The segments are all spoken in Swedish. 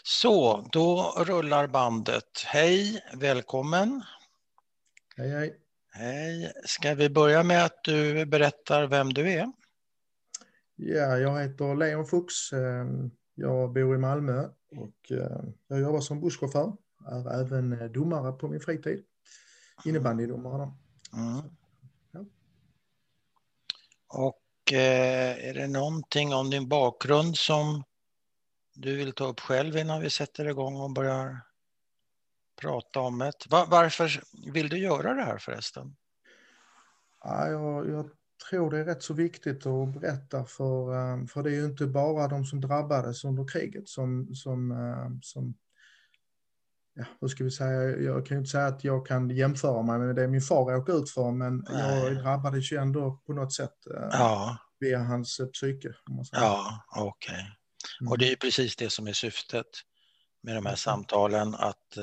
Så, då rullar bandet. Hej, välkommen. Hej, hej. Hej. Ska vi börja med att du berättar vem du är? Ja, jag heter Leon Fuchs. Jag bor i Malmö och jag jobbar som busschaufför. Är även domare på min fritid. Innebandydomare då. Mm. Ja. Och är det någonting om din bakgrund som du vill ta upp själv innan vi sätter igång och börjar prata om det? Varför vill du göra det här förresten? Ja, jag tror det är rätt så viktigt att berätta för det är ju inte bara de som drabbades under kriget som ja, hur ska vi säga, jag kan ju inte säga att jag kan jämföra mig med det min far råkade ut för, men jag drabbades ju ändå på något sätt via hans psyke. Om man säger. Ja, okej. Och det är ju precis det som är syftet med de här samtalen, att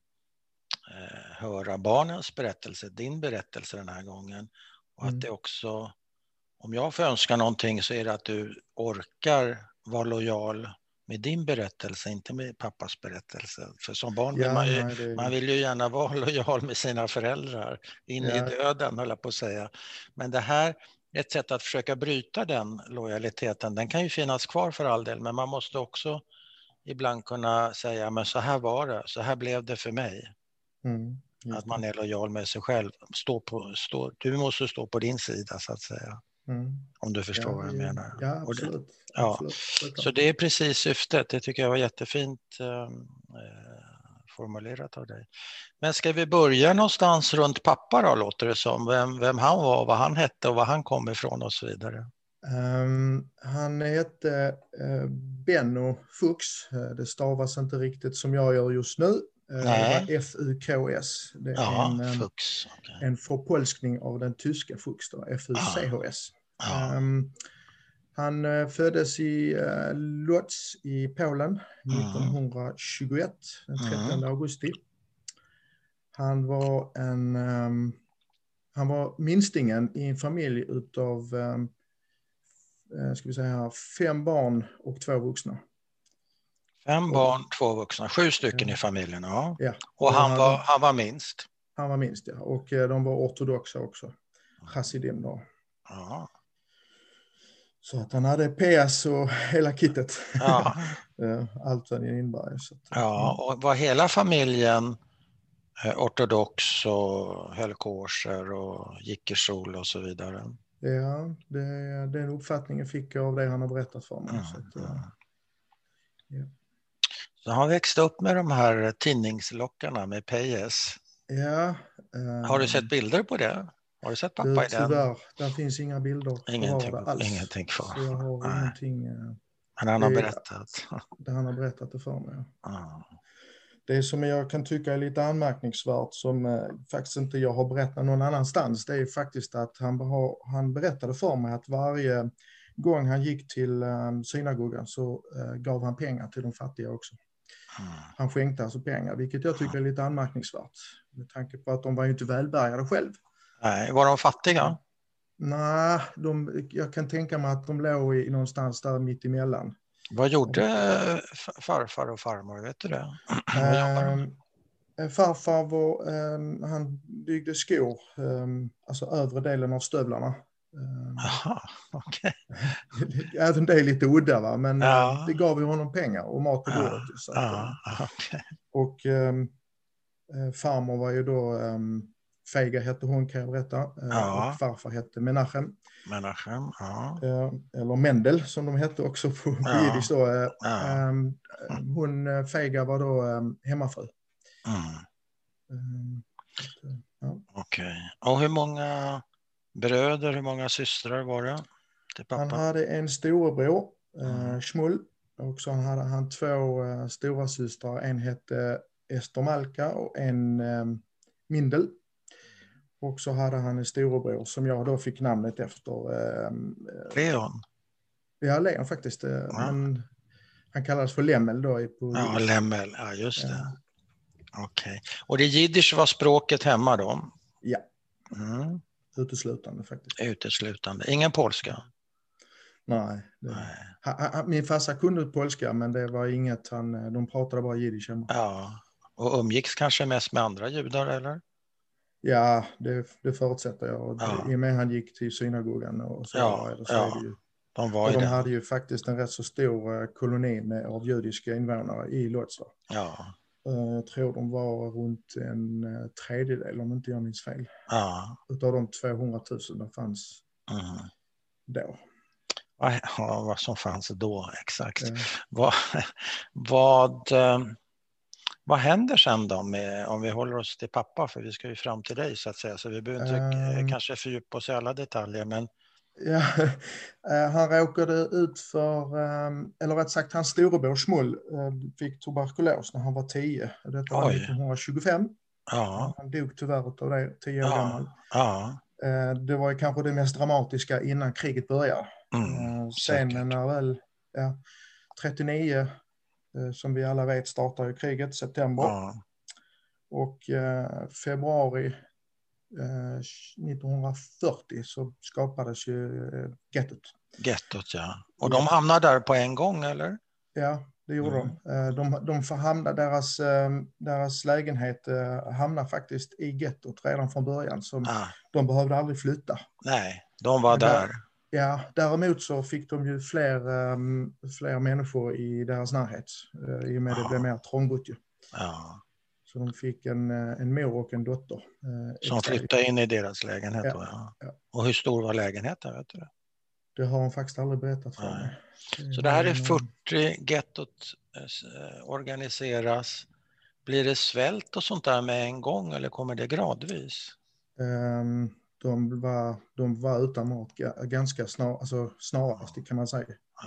höra barnens berättelse, din berättelse den här gången. Och att det också, om jag får önska någonting, så är det att du orkar vara lojal med din berättelse, inte med pappas berättelse. För som barn vill man vill ju gärna vara lojal med sina föräldrar in i döden, höll jag på att säga. Men det här är ett sätt att försöka bryta den lojaliteten. Den kan ju finnas kvar för all del, men man måste också ibland kunna säga, men så här var det, så här blev det för mig. Att man är lojal med sig själv. Du måste stå på din sida, så att säga. Om du förstår vad jag menar. Ja, absolut. Absolut. Så det är precis syftet. Det tycker jag var jättefint formulerat av dig. Men ska vi börja någonstans runt pappa då, låter det som. Vem han var, vad han hette och var han kom ifrån och så vidare. Han hette Benno Fuchs. Det stavas inte riktigt som jag gör just nu. Det var F-U-K-S. Det är en förpolskning av den tyska Fuchs då, F-U-C-H-S. Han föddes i Łódź i Polen 1921, den 30 augusti. Han var minstingen i en familj utav 5 barn och 2 vuxna. 5 barn, 2 vuxna, 7 stycken i familjen. Ja. Och han var minst. Han var minst, ja. Och de var ortodoxa också. Hasidim då. Ja. Så att han hade PS och hela kittet. Allt vad det innebär. Och var hela familjen ortodox och höll korser och gick i kjol och så vidare? Ja, den uppfattningen fick jag av det han har berättat för mig. Så han växte upp med de här tidningslockarna med PS. Ja. Har du sett bilder på det? Har du sett pappa i den? Tyvärr, där finns inga bilder förvarade alls. Ingenting kvar. Så jag har ingenting. Men han har berättat. Han har berättat det för mig. Det som jag kan tycka är lite anmärkningsvärt, som faktiskt inte jag har berättat någon annanstans, det är faktiskt att han berättade för mig att varje gång han gick till synagogan så gav han pengar till de fattiga också. Han skänkte alltså pengar, vilket jag tycker är lite anmärkningsvärt. Med tanke på att de var ju inte välbärgade själv. Nej, var de fattiga? Nej, jag kan tänka mig att de låg någonstans där mitt emellan. Vad gjorde farfar och farmor, vet du det? Farfar han byggde skor, alltså övre delen av stövlarna. Aha, okay. Även det är lite udda, va? Men det gav ju honom pengar och mat på bordet. Okay. Och farmor var ju då Feiga hette hon, kan jag berätta. Och farfar hette Menachem. Eller Mendel som de hette också på jiddisch då. Hon Feiga var då hemmafru. Okej. Och hur många bröder, hur många systrar var det till pappa? Han hade en storebror, Shmuel. Och så hade han 2 stora systrar. En hette Ester Malka och en Mindel. Och så hade han en storebror som jag då fick namnet efter. Leon? Ja, Leon faktiskt. Men han kallades för Lemmel då. Lemmel, ja just det. Okej. Och det jiddisch var språket hemma då? Ja. Uteslutande faktiskt. Uteslutande. Ingen polska? Nej. Min farsa kunde polska, men det var inget, de pratade bara jiddisch hemma. Ja, och umgicks kanske mest med andra judar, eller? Ja, det förutsätter jag. Ja. I och med han gick till synagogan och så vidare. Så är det ju. De hade ju faktiskt en rätt så stor koloni av judiska invånare i Lodz. Ja. Jag tror de var runt en tredjedel, om inte jag minns fel. Ja. Utav de 200 000 det fanns då. Ja, vad som fanns då, exakt. Ja. Vad händer sen då om vi håller oss till pappa, för vi ska ju fram till dig så att säga, så vi behöver inte kanske fördjupa oss i alla detaljer, men... Ja, han råkade ut för, eller rätt sagt, hans storebror Schmull fick tuberkulos när han var 10. Detta var 1925. Ja. Han dog tyvärr av det, 10 år gammal. Ja. Det var kanske det mest dramatiska innan kriget började. Sen när väl 39, som vi alla vet, startar ju kriget, september. Ja. Och februari 1940 så skapades ju gettot. Gettot, ja. Och de hamnade där på en gång, eller? Ja, det gjorde deras lägenhet hamnade faktiskt i gettot redan från början. De behövde aldrig flytta. Nej, de var där. Ja, däremot så fick de ju fler människor i deras närhet. I och med det blev mer trångbott ju. Ja. Så de fick en mor och en dotter. Som flyttade in i deras lägenhet. Ja. Och hur stor var lägenheten, vet du det? Det har hon faktiskt aldrig berättat för mig. Så det här är 40, gettot organiseras. Blir det svält och sånt där med en gång, eller kommer det gradvis? De var utan mat ganska snarast, kan man säga.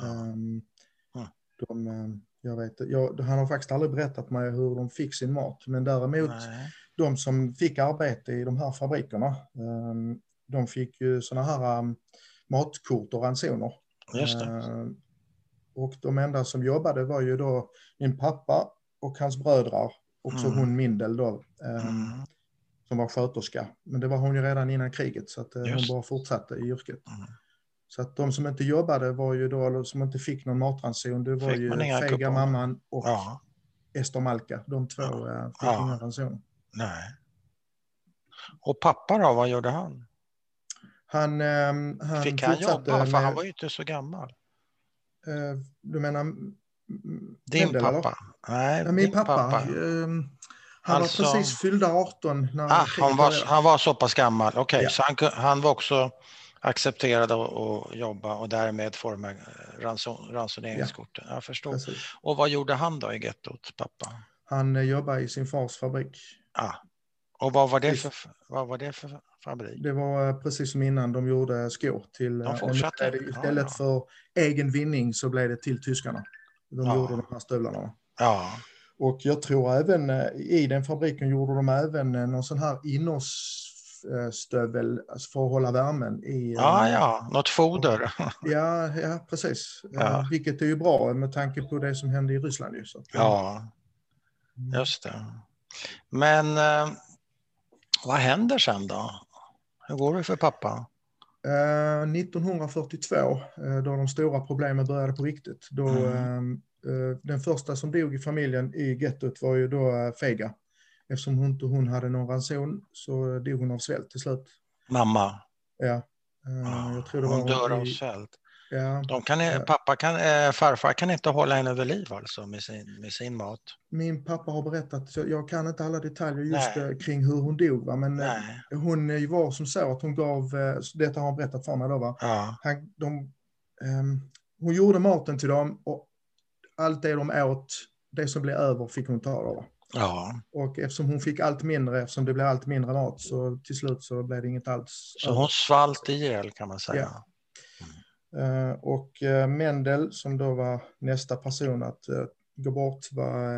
Han har faktiskt aldrig berättat mig hur de fick sin mat, men däremot de som fick arbete i de här fabrikerna, de fick ju såna här matkort och ransoner. Just det. Och de enda som jobbade var ju då min pappa och hans brödrar, också hon Mindel då, som var sköterska. Men det var hon ju redan innan kriget, så att hon bara fortsatte i yrket. Så att de som inte jobbade var ju då, eller som inte fick någon matranson, det var ju Fega mamman och Ester Malka. De två fick inga ransoner. Nej. Och pappa då, vad gjorde han? Han fick han jobba? För han var ju inte så gammal. Du menar din Mendel, pappa? Eller? Nej, min pappa. Han var precis fyllda 18 när han var så pass gammal. Okej, så han var också accepterad att jobba och därmed forma ransoneringskorten. Jag förstår. Precis. Och vad gjorde han då i gettot, pappa? Han jobbade i sin fars fabrik. Och vad var det för fabrik? Det var precis som innan de gjorde skor till. De fortsatte? Istället för egen vinning så blev det till tyskarna. De gjorde de här stövlarna. Ja. Och jag tror även i den fabriken gjorde de även någon sån här innersstövel för att hålla värmen i. Något foder. Ja, precis. Vilket är ju bra med tanke på det som hände i Ryssland ju. Så. Just det. Men vad händer sen då? Hur går det för pappa? 1942, då de stora problemen började på riktigt. Då, den första som dog i familjen i gettot var ju då Fega. Eftersom hon hade någon ranson så dog hon av svält till slut. Mamma? Ja. Jag tror det var hon dör av svält. Ja. Farfar kan inte hålla henne vid liv alltså med sin mat. Min pappa har berättat, jag kan inte alla detaljer just kring hur hon dog, va? Men hon var som så att hon gav, detta har hon berättat för mig då, va? Hon gjorde maten till dem och allt det de åt, det som blev över fick hon ta då. Ja. Och eftersom hon fick allt mindre, eftersom det blev allt mindre mat, så till slut så blev det inget alls. Så hon svalt ihjäl, kan man säga. Ja. Och Mendel, som då var nästa person att gå bort,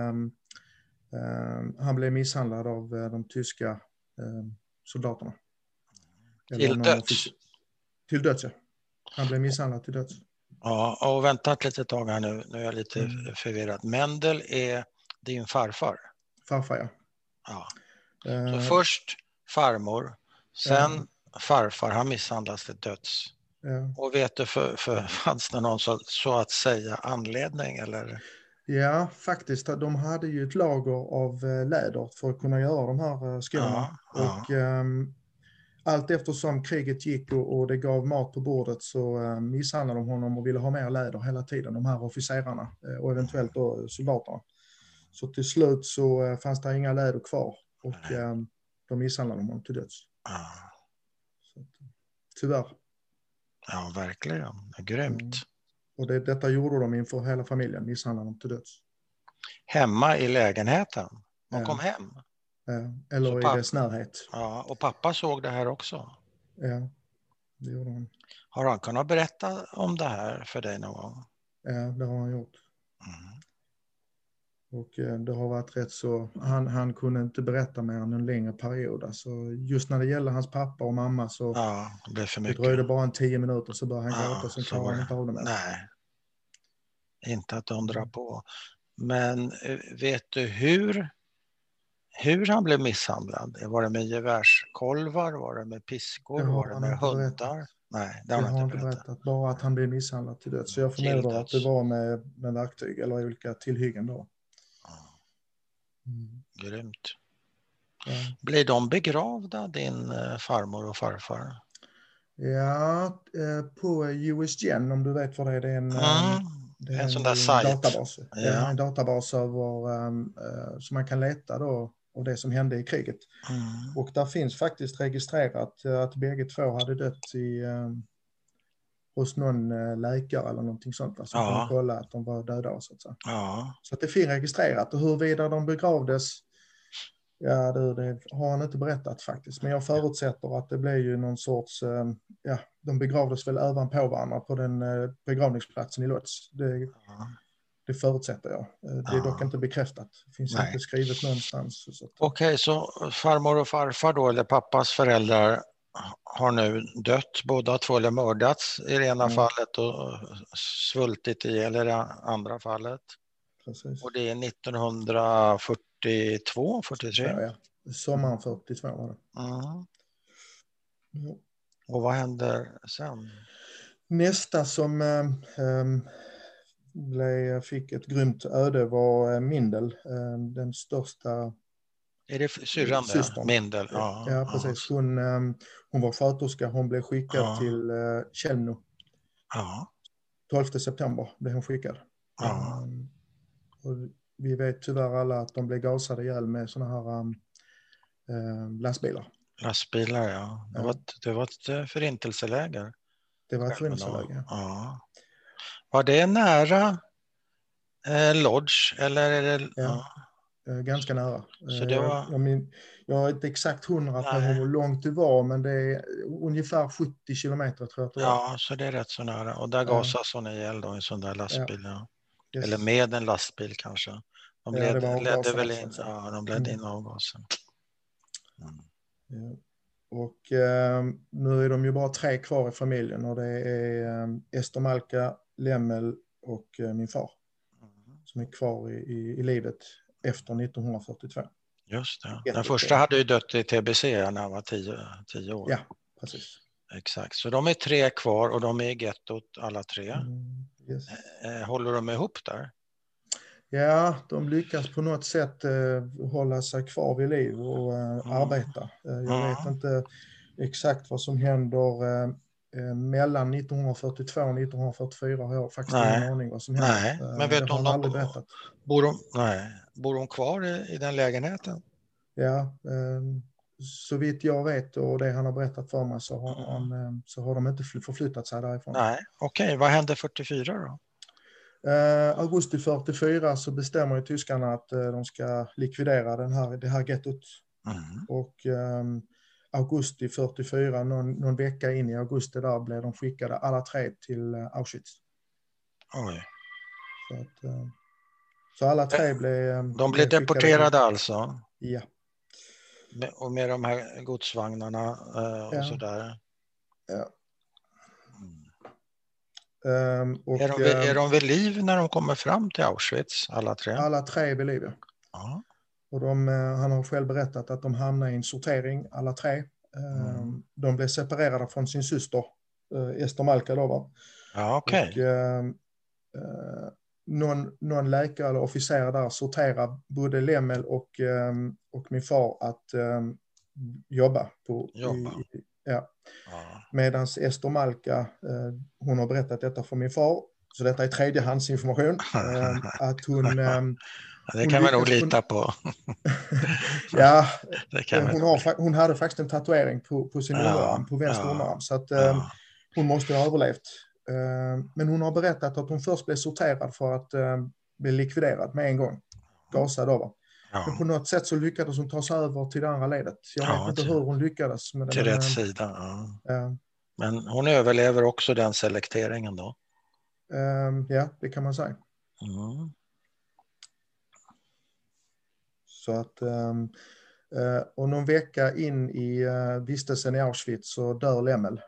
han blev misshandlad av de tyska soldaterna. Till döds? Till döds, ja. Han blev misshandlad till döds. Ja, och vänta ett litet tag här nu. Nu är jag lite förvirrad. Mendel är din farfar? Farfar, ja. Så först farmor, sen farfar, han misshandlas till döds. Ja. Och vet du, fanns det någon så att säga anledning eller? Ja, faktiskt. De hade ju ett lager av läder för att kunna göra de här skorna. Ja. Och allt eftersom kriget gick och det gav mat på bordet så misshandlade de honom och ville ha mer läder hela tiden, de här officerarna och eventuellt då soldaterna. Så till slut så fanns det inga läder kvar och de misshandlade honom till döds. Så, tyvärr. Ja, verkligen. Grymt. Och detta gjorde de inför hela familjen, misshandlade dem till döds. Hemma i lägenheten? De kom hem? Eller i dess närhet. Ja, och pappa såg det här också? Ja, det gjorde han. Har han kunnat berätta om det här för dig någon gång? Ja, det har han gjort. Och det har varit rätt så, han kunde inte berätta mer än en längre period. Alltså, just när det gäller hans pappa och mamma så det blev för mycket. Det dröjde bara 10 minuter så började han gråta och sen klarade han inte av det mer. Nej, inte att undra på. Men vet du hur han blev misshandlad? Var det med gevärskolvar? Var det med piskor? Var det med hundar? Berättat. Nej, det har han inte berättat. Bara att han blev misshandlad till döds. Så jag förmodar att det var med verktyg eller olika tillhyggen då. Grymt. Ja. Blir de begravda, din farmor och farfar? Ja, på US Gen, om du vet vad det är. Det är en sån där sajt. Databas. Ja. En databas över, som man kan leta då och det som hände i kriget. Och där finns faktiskt registrerat att bägge två hade dött hos någon läkare eller någonting sånt. Som kunde kolla att de var döda. Så att säga. Så att det finns registrerat. Och huruvida de begravdes, ja, det har han inte berättat faktiskt. Men jag förutsätter att det blev ju någon sorts, de begravdes väl ovanpå varandra på den begravningsplatsen i Lodz. Det förutsätter jag. Det är dock inte bekräftat. Det finns inte skrivet någonstans. Okej, så farmor och farfar då, eller pappas föräldrar, har nu dött, båda två, eller mördats i det ena fallet och svultit ihjäl i det andra fallet. Precis. Och det är 1942, 43? Ja. Sommaren 42 var det. Och vad händer sen? Nästa som fick ett grymt öde var Mindel, den största. Är det syrran där? Mindel? Ja, precis. Hon var sköterska. Hon blev skickad till Chelmno. 12 september blev hon skickad. Och vi vet tyvärr alla att de blev gasade ihjäl med såna här lastbilar. Lastbilar, ja. Det var ett förintelseläger. Det var ett förintelseläger. Ja. Var det nära Lodz eller är det? Ganska nära. Så det var... jag är inte exakt 100 på hur långt det var, men det är ungefär 70 kilometer tror jag att det var. Ja, så det är rätt så nära. Och där gasas hon ihjäl då i en sån där lastbil. Ja. Yes. Eller med en lastbil kanske. De ledde väl in, de ledde in avgasen. Ja. Och nu är de ju bara 3 kvar i familjen och det är Ester Malka, Lemmel och min far som är kvar i livet efter 1942. Just det. Den första hade ju dött i TBC när han var 10 år. Ja, precis. Exakt. Så de är 3 kvar och de är i gettot alla 3. Yes. Håller de ihop där? Ja, de lyckas på något sätt hålla sig kvar vid liv och arbeta. Jag vet inte exakt vad som händer mellan 1942 och 1944 har jag faktiskt ingen aning vad som händer. Nej, men vet du om de bor de kvar i den lägenheten? Ja, så vitt jag vet och det han har berättat för mig så har de inte förflyttat sig därifrån. Nej, okej. Vad hände 44 då? Augusti 44 så bestämmer ju tyskarna att de ska likvidera det här gettot. Och augusti 44, någon vecka in i augusti där blev de skickade alla 3 till Auschwitz. Oj. Så alla 3 blev... De blev deporterade alltså? Ja. Och med de här godsvagnarna och sådär? Ja. Är de vid liv när de kommer fram till Auschwitz, alla 3? Alla 3 är vid liv, ja. Och han har själv berättat att de hamnade i en sortering, alla 3. De blev separerade från sin syster Ester Malka då, va? Ja, okej. Och någon läkare eller officer där sorterar både Lemmel och min far att jobba. Ja. Medan Ester Malka, hon har berättat detta för min far, så detta är tredjehandsinformation, att hon... det kan man nog lita på. Ja, hon hade faktiskt en tatuering på sin underarm, på vänster underarm, så att hon måste ha överlevt. Men hon har berättat att hon först blev sorterad för att bli likviderad med en gång. Gasad över. Men på något sätt så lyckades hon ta sig över till det andra ledet. Jag vet inte hur hon lyckades. Till rätt sida. Men hon överlever också den selekteringen då? Ja, det kan man säga. Så att... och någon vecka in i vistelsen i Auschwitz så dör Lemmel.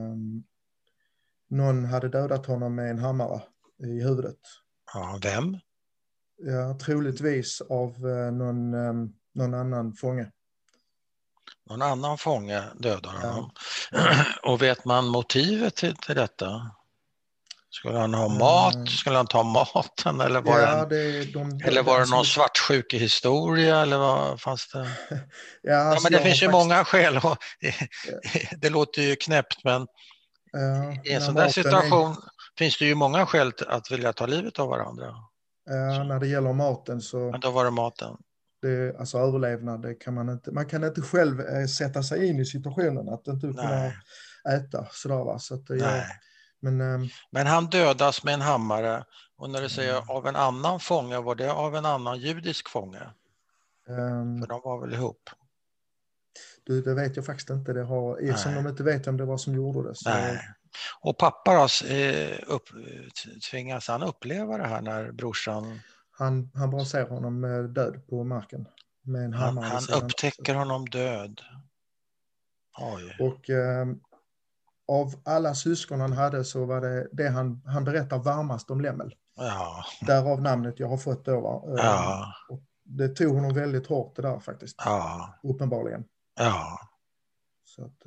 Någon hade dödat honom med en hammare i huvudet. Ja, vem? Ja, troligtvis av någon annan fånge. Någon annan fånge dödar honom. Och vet man motivet till detta? Skulle han ha mat? Skulle han ta maten? Eller var det någon svartsjukehistoria? Eller vad fanns det? Men det finns ju många skäl. Det låter ju knäppt, men i en sån där situation finns det ju många skäl att vilja ta livet av varandra. När det gäller maten så... Men då var det maten. Alltså överlevnad, det kan man kan inte själv sätta sig in i situationen att inte kunna äta sådär, va? Så att men han dödas med en hammare, och när du säger av en annan fånge, var det av en annan judisk fånge? För de var väl ihop? Det vet jag faktiskt inte. Som de inte vet om det var som gjorde det. Så... Nej. Och pappa tvingas han uppleva det här när brorsan... Han bara ser honom död på marken. Med en hammare. Han upptäcker honom död. Oj. Och av alla syskon han hade så var det han berättar varmast om Lemmel. Ja. Därav namnet jag har fått då. Och det tog honom väldigt hårt det där faktiskt. Ja. Uppenbarligen. Ja. Så att,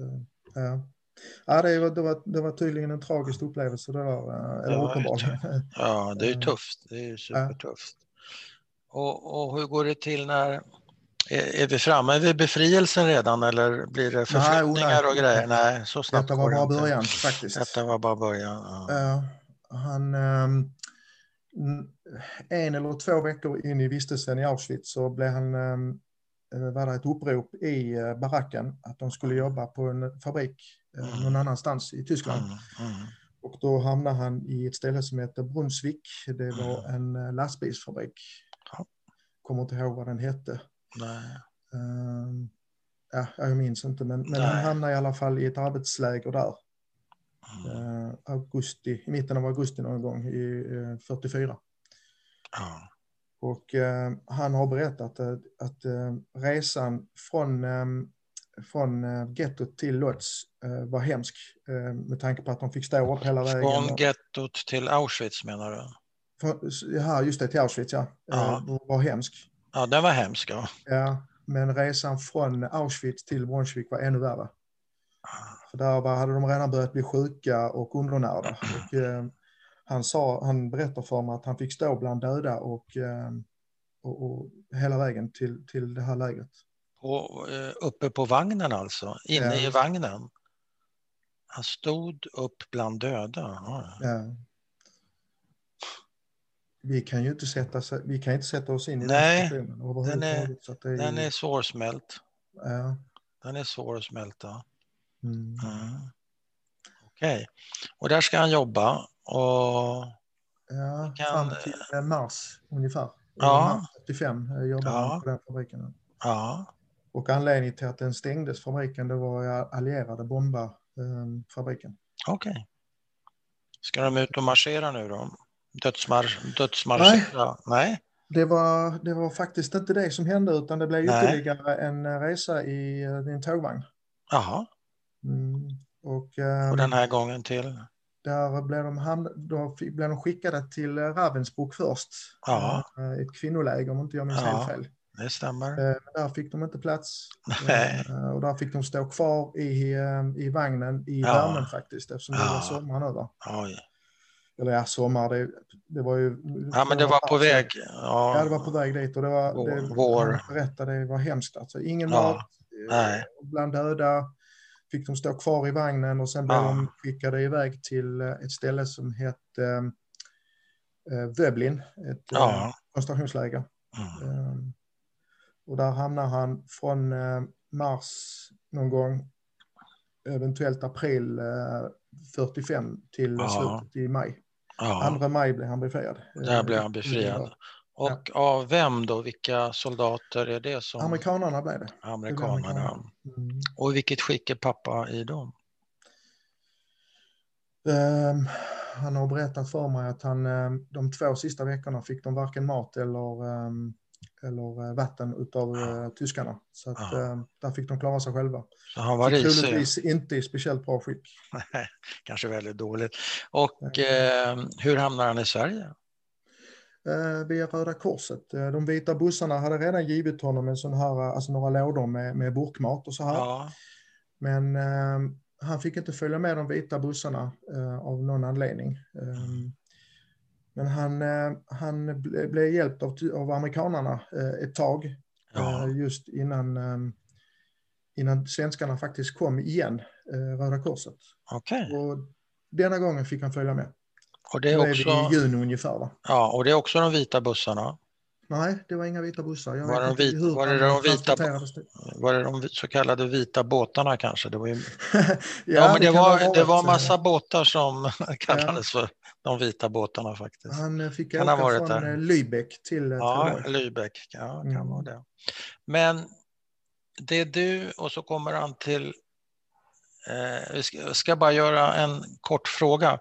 det var tydligen en tragisk upplevelse det där. Eller uppenbarligen. Ja, det är tufft. Det är supertufft. Och hur går det till när... Är vi framme vid befrielsen redan, eller blir det förflyttningar och grejer? Nej, så snabbt. Detta var bara början faktiskt. Detta var bara början. Han 1 eller 2 veckor in i vistelsen i Auschwitz så blev var det ett upprop i baracken att de skulle jobba på en fabrik någon annanstans i Tyskland. Och då hamnade han i ett ställe som heter Brunswick. Det var en lastbilsfabrik. Kommer inte ihåg vad den hette. Nej. Jag minns inte, men han hamnade i alla fall i ett arbetsläger där. I mitten av augusti någon gång i 44. Och han har berättat att resan från gettot till Lodz var hemsk, med tanke på att de fick stå upp hela vägen. Från gettot till Auschwitz menar du? Ja, just det, till Auschwitz, var hemsk. Ja, den var hemsk, Ja, men resan från Auschwitz till Brunswick var ännu värre. För där hade de redan börjat bli sjuka och undernärda. Och han berättar för mig att han fick stå bland döda och hela vägen till det här lägret. Uppe på vagnen alltså? Inne i vagnen? Han stod upp bland döda? Ja. Vi kan ju inte sätta oss in i den situationen. Den är svårsmält. Ja. Den är svår att smälta. Okej. Och där ska han jobba. Och fram till mars ungefär. Mars 85 jobbar han på den fabriken. Ja. Och anledningen till att den stängdes, fabriken, det var allierade bomba fabriken. Okej. Ska de ut och marschera nu då? Dödsmarsch? Nej. Det var faktiskt inte det som hände, utan det blev ytterligare en resa i en tågvagn. Jaha. Och den här gången till? Där blev de skickade till Ravensbrück först. Ett kvinnoläger, om inte jag minns helt fel. det stämmer. Där fick de inte plats. Och där fick de stå kvar i vagnen i värmen faktiskt, eftersom det var sommar nu. Oj. Eller ja, sommar, det var ju... Ja, men det var på väg. Ja, det var på väg dit och det var... Vår. Han berättade, det var hemskt. Alltså, ingen mat, bland döda. Fick de stå kvar i vagnen och sen blev de skickade iväg till ett ställe som hette Wöblin, ett koncentrationsläger. Och där hamnar han från mars någon gång, eventuellt april 45 till slutet i maj. 2 maj blev han befriad. Där blev han befriad. Och av vem då? Vilka soldater är det som... Amerikanerna blev det. Amerikanerna. Och vilket skick är pappa i dem? Han har berättat för mig att de 2 sista veckorna fick de varken mat eller vatten utav tyskarna. Så att där fick de klara sig själva. Så han var troligtvis inte i speciellt bra skick. Kanske väldigt dåligt. Och hur hamnar han i Sverige? Via Röda Korset. De vita bussarna hade redan givit honom en sån här, alltså några lådor med burkmat och så här. Men han fick inte följa med de vita bussarna av någon anledning. Men han blev hjälpt av amerikanerna ett tag. Just innan svenskarna faktiskt kom igen, Röda Korset. Okay. Och denna gången fick han följa med. Och det är också... i juni ungefär, va? Ja, och det är också de vita bussarna. Nej, det var inga vita bussar. Var det de så kallade vita båtarna kanske? Det var ju... men det var massa båtar som kallades för de vita båtarna faktiskt. Han fick åka från Lübeck till Trelleborg. Lübeck, kan vara det. Men det är du och så kommer han till... vi ska bara göra en kort fråga.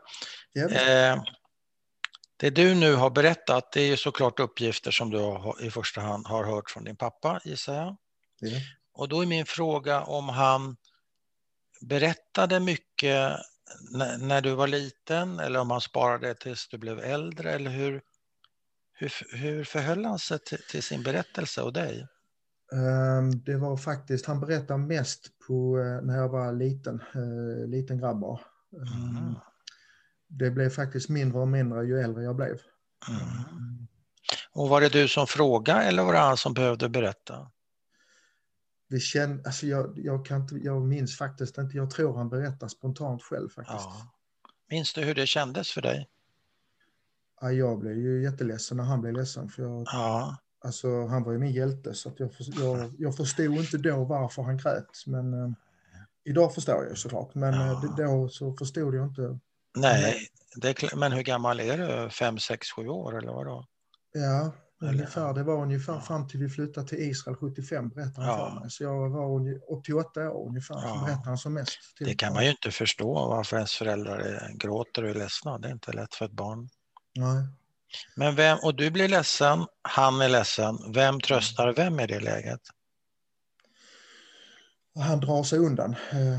Det du nu har berättat, det är ju såklart uppgifter som du i första hand har hört från din pappa, gissar jag. Ja. Och då är min fråga om han berättade mycket när du var liten eller om han sparade tills du blev äldre, eller hur förhöll han sig till sin berättelse och dig? Det var faktiskt, han berättade mest på när jag var liten grabb. Det blev faktiskt mindre och mindre ju äldre jag blev. Och var det du som frågade eller var det han som behövde berätta? Alltså jag minns faktiskt inte. Jag tror han berättar spontant själv faktiskt. Minns du hur det kändes för dig? Ja, jag blev ju jätteledsen när han blev ledsen. För alltså, han var ju min hjälte, så att jag förstod inte då varför han grät. Men idag förstår jag såklart. Men då så förstod jag inte. Nej, men hur gammal är du? 5, 6, 7 år eller vad då? Ja, ungefär. Det var ungefär fram till vi flyttade till Israel 75, berättade han för mig. Så jag var 88 år ungefär, så berättade han som mest. Det kan man ju inte förstå varför ens föräldrar gråter och är ledsna. Det är inte lätt för ett barn. Nej. Men och du blir ledsen, han är ledsen. Vem tröstar vem i det läget? Han drar sig undan.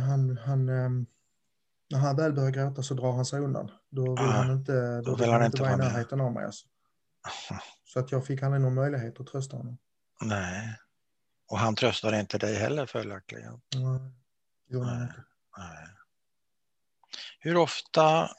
När han väl börjar gråta så drar han sig undan. Då vill han inte vara i närheten av mig. Alltså. Så att jag fick aldrig någon möjlighet att trösta honom. Nej. Och han tröstade inte dig heller följaktligen? Nej. Hur ofta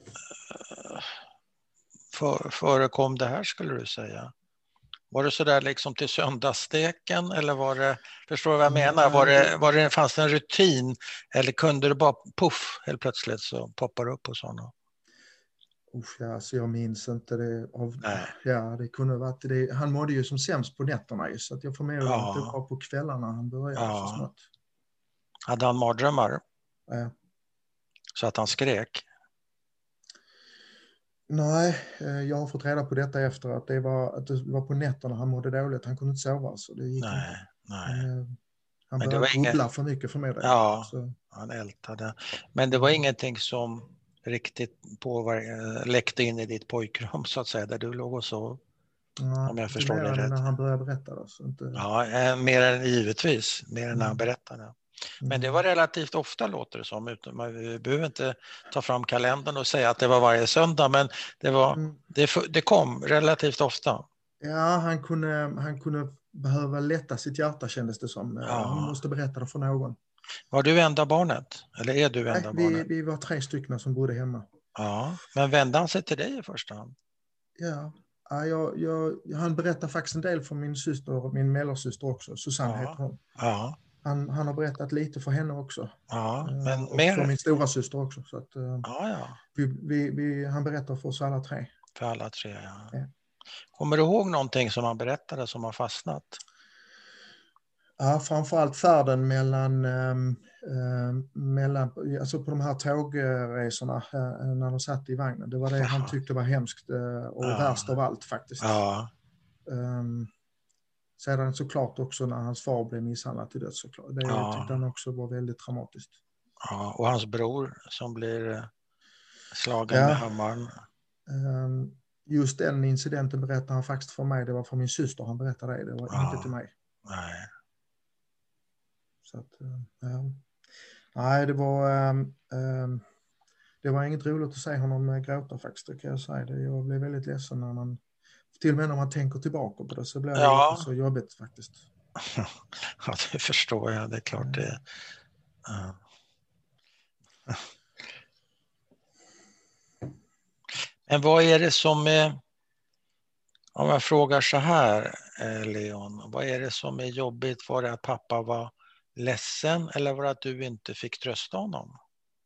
förekom det här, skulle du säga? Var det så där liksom till söndagssteken eller var det, förstår du vad jag menar? Fanns det en rutin eller kunde det bara puff helt plötsligt så poppar det upp hos honom? Alltså jag minns inte det. Det kunde varit det. Han mådde ju som sämst på nätterna, så att jag förmodar att det var på kvällarna han började så smått. Hade han mardrömmar? Ja. Så att han skrek? Nej, jag har fått reda på detta efter att det var på nätterna han mådde dåligt. Han kunde inte sova, så det gick inte. Han började bubbla för mycket för mig. Han ältade. Men det var ingenting som riktigt läckte in i ditt pojkrum så att säga, där du låg och sov. Om jag förstår det rätt. När han började berätta. Då, så inte... mer än när han berättade. Men det var relativt ofta, låter det som. Vi behöver inte ta fram kalendern och säga att det var varje söndag, men det kom relativt ofta. Ja, han kunde behöva lätta sitt hjärta, kändes det som. Ja. Han måste berätta det för någon. Var du enda barnet? Eller är du enda barnet? Vi var 3 stycken som bodde hemma. Ja, men vände han sig till dig i första hand? Ja, han berättar faktiskt en del för min syster, min mellersyster också. Susanne heter hon. Ja. Han har berättat lite för henne också. Ja, men och mer... för min stora syster också. Så att, ja. Han berättar för oss alla 3. För alla 3, ja. Ja. Kommer du ihåg någonting som han berättade som har fastnat? Ja, framförallt färden mellan alltså på de här tågresorna när de satt i vagnen. Det var det han tyckte var hemskt och värst av allt faktiskt. Ja. Sedan såklart också när hans far blev misshandlad till döds. Det tyckte han också var väldigt traumatiskt. Ja, och hans bror som blir slagen med hammaren. Just den incidenten berättade han faktiskt för mig. Det var för min syster han berättade det. Det var inte till mig. Nej. Så att, nej, det var inget roligt att se honom gråta faktiskt, det kan jag säga. Jag blev väldigt ledsen till och med när man tänker tillbaka på det så blir det så jobbigt faktiskt. Ja, det förstår jag. Det är klart det. Men vad är det som är, om jag frågar så här, Leon, vad är det som är jobbigt? Var det att pappa var ledsen eller var det att du inte fick trösta honom?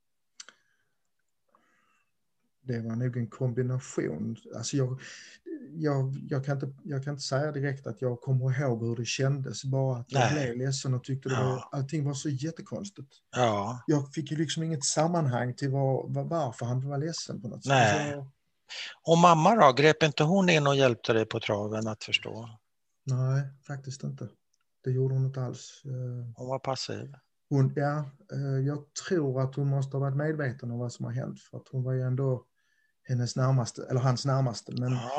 Det var nog en kombination. Alltså jag kan inte säga direkt att jag kommer ihåg hur det kändes. Bara att jag blev ledsen och tyckte allting var så jättekonstigt. Ja. Jag fick ju liksom inget sammanhang till varför han var ledsen på något sätt. Nej. Och mamma då? Grep inte hon in och hjälpte dig på traven att förstå? Nej, faktiskt inte. Det gjorde hon inte alls. Hon var passiv? Jag tror att hon måste ha varit medveten om vad som har hänt. För att hon var ju ändå hans närmaste.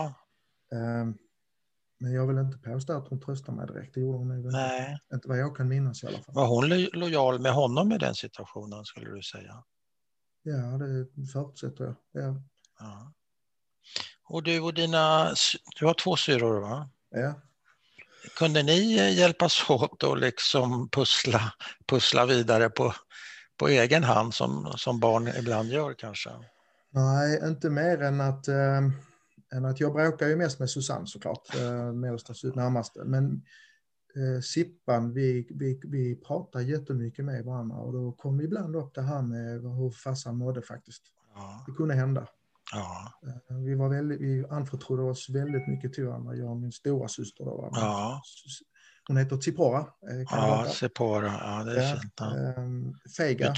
Men jag vill inte påstå att hon tröstade mig direkt. Det gjorde hon nog inte vad jag kan minnas i alla fall. Var hon lojal med honom i den situationen skulle du säga? Ja, det förutsätter jag. Ja. Och du har 2 syrror va? Ja. Kunde ni hjälpas åt och liksom pussla vidare på egen hand som barn ibland gör kanske? Nej, inte mer än att jag bråkar ju mest med Susanne såklart, mellersta närmaste. Men Sippan, vi pratar jättemycket med varandra och då kom ibland upp det här med hur farsan mådde faktiskt. Ja. Det kunde hända. Ja. Vi anförtrodde oss väldigt mycket till varandra, jag och min stora syster då. Ja. Hon heter Tsipora. Tsipora, ja det är fint. Fega.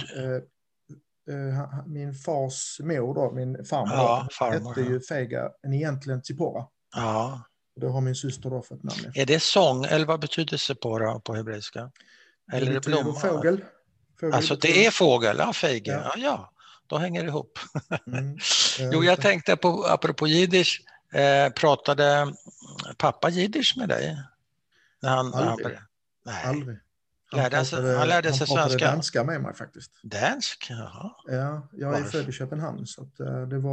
Min fars mor då, min farmor, hette ju Fega, en egentligen Tsipora. Ja. Då har min syster då fått namn efter. Är det sång eller vad betyder Tsipora på hebreiska? Eller det betyder fågel. Alltså det är fågel, ja, Fega. Ja. Då hänger det ihop. Jo, jag tänkte på, apropå jiddisch, pratade pappa jiddisch med dig? Aldrig. Nej. Han lärde sig svenska. Danska med mig faktiskt. Dansk? Jaha. Ja, jag är född i Köpenhamn. Så att det var,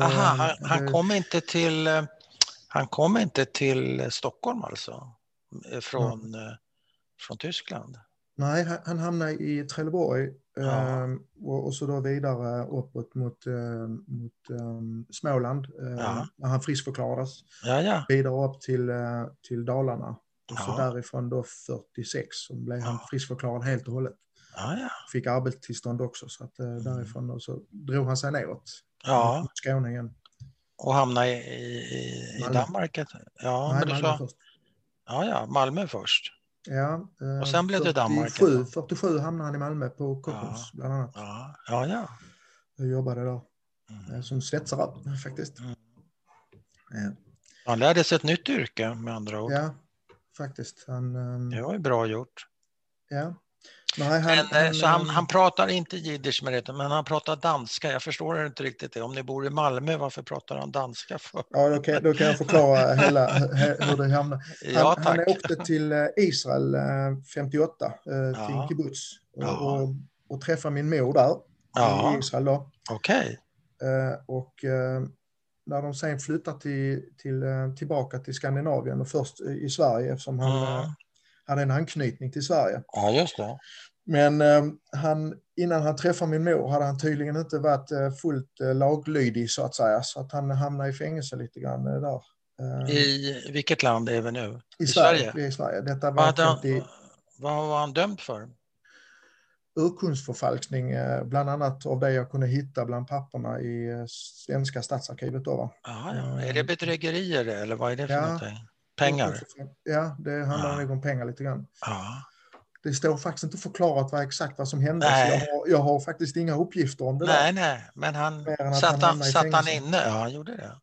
han kom inte till Stockholm alltså? Från Tyskland? Nej, han hamnade i Trelleborg och så då vidare uppåt mot Småland när han friskförklarades. Vidare upp till Dalarna. Och så därifrån då 46 så blev han friskförklarad helt och hållet. Fick arbetstillstånd också så att därifrån då så drog han sig neråt. Mot Skåne igen. Och hamnade i Danmark? Ja, nej, Malmö först. Malmö först. Ja, och sen blev det Danmark. 47 hamnade han i Malmö på Kockums bland annat. Ja. Jag jobbade där som svetsare faktiskt. Han lärde sig ett nytt yrke med andra ord. Ja, faktiskt. Det var ju bra gjort. Ja. Nej, han pratar inte jiddisch med det, men han pratar danska. Jag förstår inte riktigt det. Om ni bor i Malmö, varför pratar han danska för? Ja, då kan jag förklara hur det hamnar. Han åkte till Israel 58 till en kibbutz och träffade min mor där i Israel då. Okej. Och när de sen flyttar tillbaka till Skandinavien och först i Sverige eftersom han hade en anknytning till Sverige. Ja, just det. Men innan han träffade min mor hade han tydligen inte varit fullt laglydig så att säga. Så att han hamnade i fängelse lite grann där. I vilket land är vi nu? I Sverige. Vi är i Sverige. Detta var vad var han dömd för? Urkundsförfalskning, bland annat av det jag kunde hitta bland papperna i svenska statsarkivet då, va? Aha, ja. Är det bedrägerier eller vad är det för någonting? Pengar? Ja, det handlar nog om pengar lite grann. Ja. Det står faktiskt inte förklarat exakt vad som hände. Så jag har faktiskt inga uppgifter om det där. Nej, men han satt han inne? Ja, han gjorde det.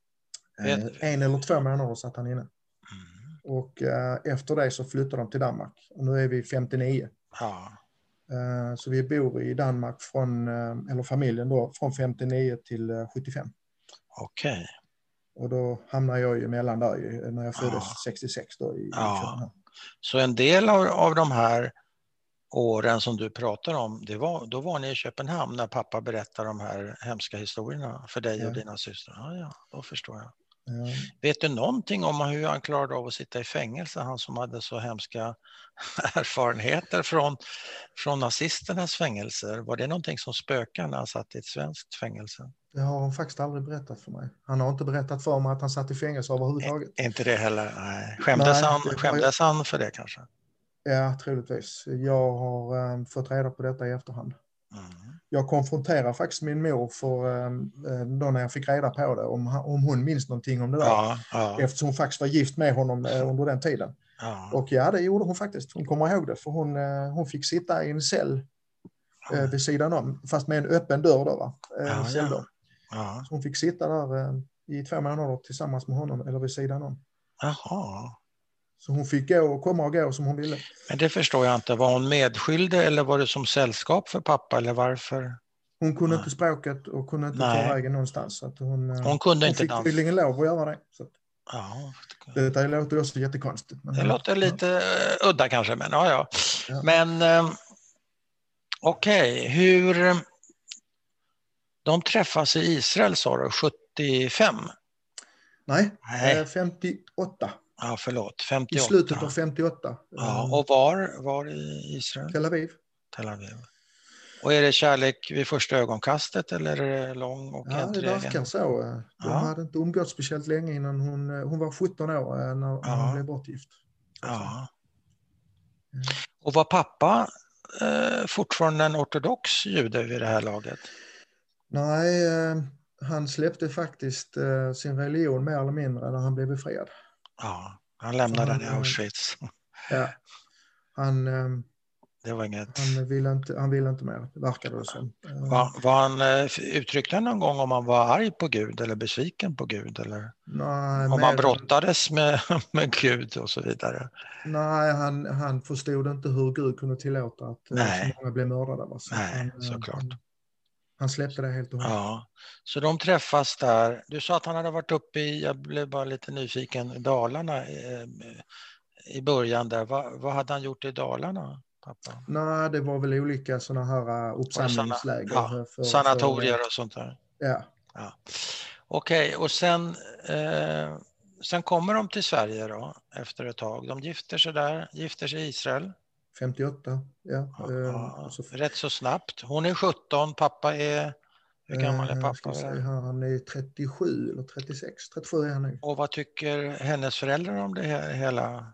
1 eller 2 månader satt han inne. Och efter det så flyttade de till Danmark. Och nu är vi 59. Ja. Så vi bor i Danmark eller familjen då, från 59 till 75. Okej. Och då hamnar jag ju emellan där när jag föddes 66 då i Köpenhamn. Så en del av de här åren som du pratar om, då var ni i Köpenhamn när pappa berättade de här hemska historierna för dig och dina systrar. Ja, då förstår jag. Ja. Vet du någonting om hur han klarade av att sitta i fängelse, han som hade så hemska erfarenheter från nazisternas fängelser? Var det någonting som spökade när han satt i ett svenskt fängelse? Det har han faktiskt aldrig berättat för mig. Han har inte berättat för mig att han satt i fängelse överhuvudtaget. Inte det heller? Nej. Skämdes han för det kanske? Ja, troligtvis. Jag har fått reda på detta i efterhand. Jag konfronterar faktiskt min mor då när jag fick reda på det, om hon minns någonting om det där. Eftersom hon faktiskt var gift med honom under den tiden. Och det gjorde hon faktiskt. Hon kommer ihåg det, för hon fick sitta i en cell vid sidan om, fast med en öppen dörr då, va? Celldörr. Så hon fick sitta där i 2 månader tillsammans med honom, eller vid sidan om. Jaha. Så hon fick komma och gå som hon ville. Men det förstår jag inte. Var hon medskyldig eller var det som sällskap för pappa eller varför? Hon kunde inte språket och kunde inte ta vägen någonstans. Så att hon kunde inte fick tydligen lov att göra det. Så. Det låter också jättekonstigt. Men det låter lite udda kanske, men ja. Men okej, hur... De träffas i Israel, sa du, 75? Nej. 58. Ja, förlåt. 58. I slutet av 58. Ja, och var i Israel? Tel Aviv. Och är det kärlek vid första ögonkastet eller är det lång och enträgen? Ja, det verkar så. De hade inte umgått speciellt länge innan hon var 17 år när hon blev bortgift. Ja. Och var pappa fortfarande en ortodox jude vid det här laget? Nej, han släppte faktiskt sin religion mer eller mindre när han blev befriad. Ja, han lämnade den i Auschwitz. Ja, det var inget. Han ville inte mer, det verkade det som. Uttryckte han någon gång om han var arg på Gud eller besviken på Gud? Eller nej, om han brottades med Gud och så vidare? Nej, han förstod inte hur Gud kunde tillåta att så många blev mördade. Såklart. Han släppte det helt och hållet. Ja, så de träffas där. Du sa att han hade varit uppe jag blev bara lite nyfiken, Dalarna i början där. Vad hade han gjort i Dalarna, pappa? Nej, det var väl olika sådana här uppsamlingsläger. Sanatorier och sånt där. Ja. Okej, och sen kommer de till Sverige då, efter ett tag. De gifter sig i Israel. 58, rätt så snabbt. Hon är 17, pappa är... Hur gammal är pappa? Han är 37 eller 36, 37 är han nu. Och vad tycker hennes föräldrar om det hela?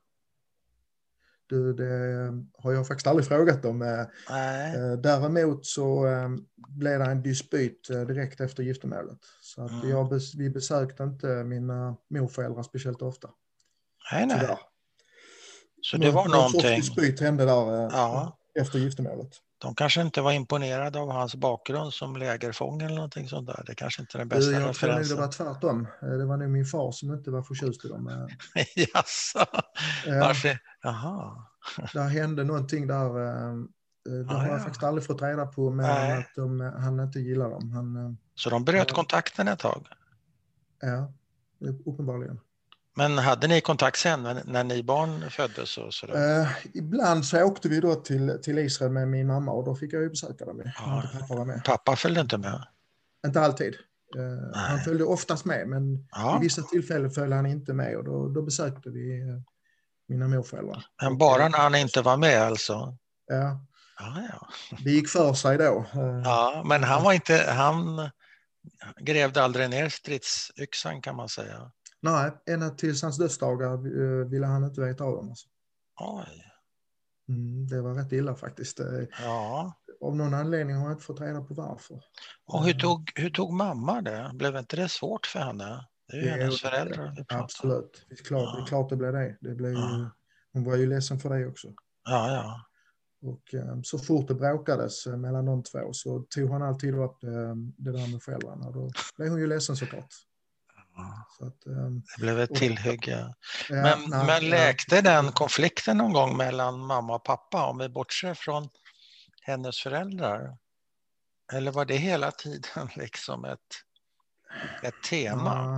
Det har jag faktiskt aldrig frågat om. Däremot så blev det en dispyt direkt efter giftermålet. Så att vi besökte inte mina morföräldrar speciellt ofta. Nej. Så det var någonting. En dispyt hände där efter giftermålet. De kanske inte var imponerade av hans bakgrund som lägerfånge eller någonting sånt där. Det kanske inte är den bästa referensen. Jag tror det var tvärtom. Det var nog min far som inte var förtjust i dem. Jaså? Varför? Jaha. Där hände någonting där. Det har jag faktiskt aldrig fått reda på, men att han inte gillar dem. Så de bröt kontakten ett tag? Ja, uppenbarligen. Men hade ni kontakt sen när ni barn föddes? Ibland så åkte vi då till Israel med min mamma och då fick jag ju besöka dem. Pappa var med. Pappa följde inte med? Inte alltid. Han följde oftast med, men i vissa tillfällen följde han inte med, och då besökte vi mina morföräldrar. Men bara när han inte var med alltså? Ja. Ja. Det gick för sig då. Ja, men han grävde aldrig ner stridsyxan, kan man säga. Nej, ända tills hans dödsdagar ville han inte veta av dem. Alltså. Oj. Det var rätt illa faktiskt. Ja. Av någon anledning har jag inte fått reda på varför. Och hur tog mamma det? Blev inte det svårt för henne? Det är ju hennes föräldrar vi pratar. Absolut. Det är klart det blev det. Hon var ju ledsen för det också. Ja. Och så fort det bråkades mellan de två så tog han alltid upp det där med föräldrarna. Då blev hon ju ledsen såklart. Så att, det blev ett tillhygge. Men läkte den konflikten någon gång mellan mamma och pappa, om vi bortser från hennes föräldrar? Eller var det hela tiden liksom ett tema?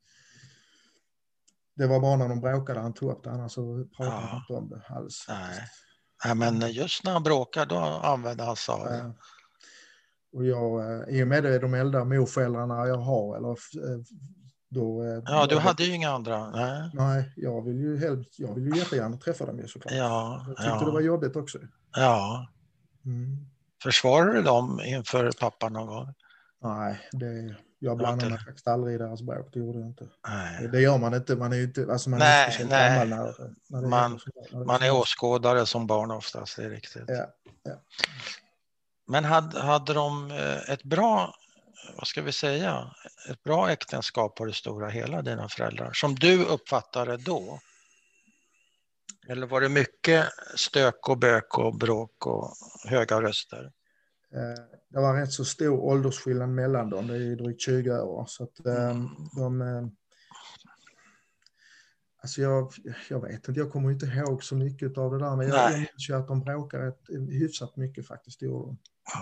Det var bara när de bråkade han tog upp det, annars så pratade han inte om det alls. Nej, men just när han bråkade då använde han sig av det. Och i och med det de äldre morföräldrarna jag har, eller du hade ju inga andra. Nej, jag vill ju jättegärna träffa dem såklart. Jag tyckte det var jobbigt också. Ja. Försvarade du dem inför pappa någon gång? Nej, jag blandade mig faktiskt aldrig i deras bråk, det gjorde jag inte. Det gör man inte, man är ju inte, alltså man är inte speciellt gammal när man är åskådare som barn oftast, det är riktigt. Ja. Men hade de ett bra, vad ska vi säga, ett bra äktenskap på det stora hela, dina föräldrar, som du uppfattade då? Eller var det mycket stök och bök och bråk och höga röster? Det var rätt så stor åldersskillnad mellan dem, det är ju drygt 20 år, så att alltså jag vet inte, jag kommer inte ihåg så mycket av det där, men jag minns ju att de bråkade hyfsat mycket faktiskt, det gjorde de.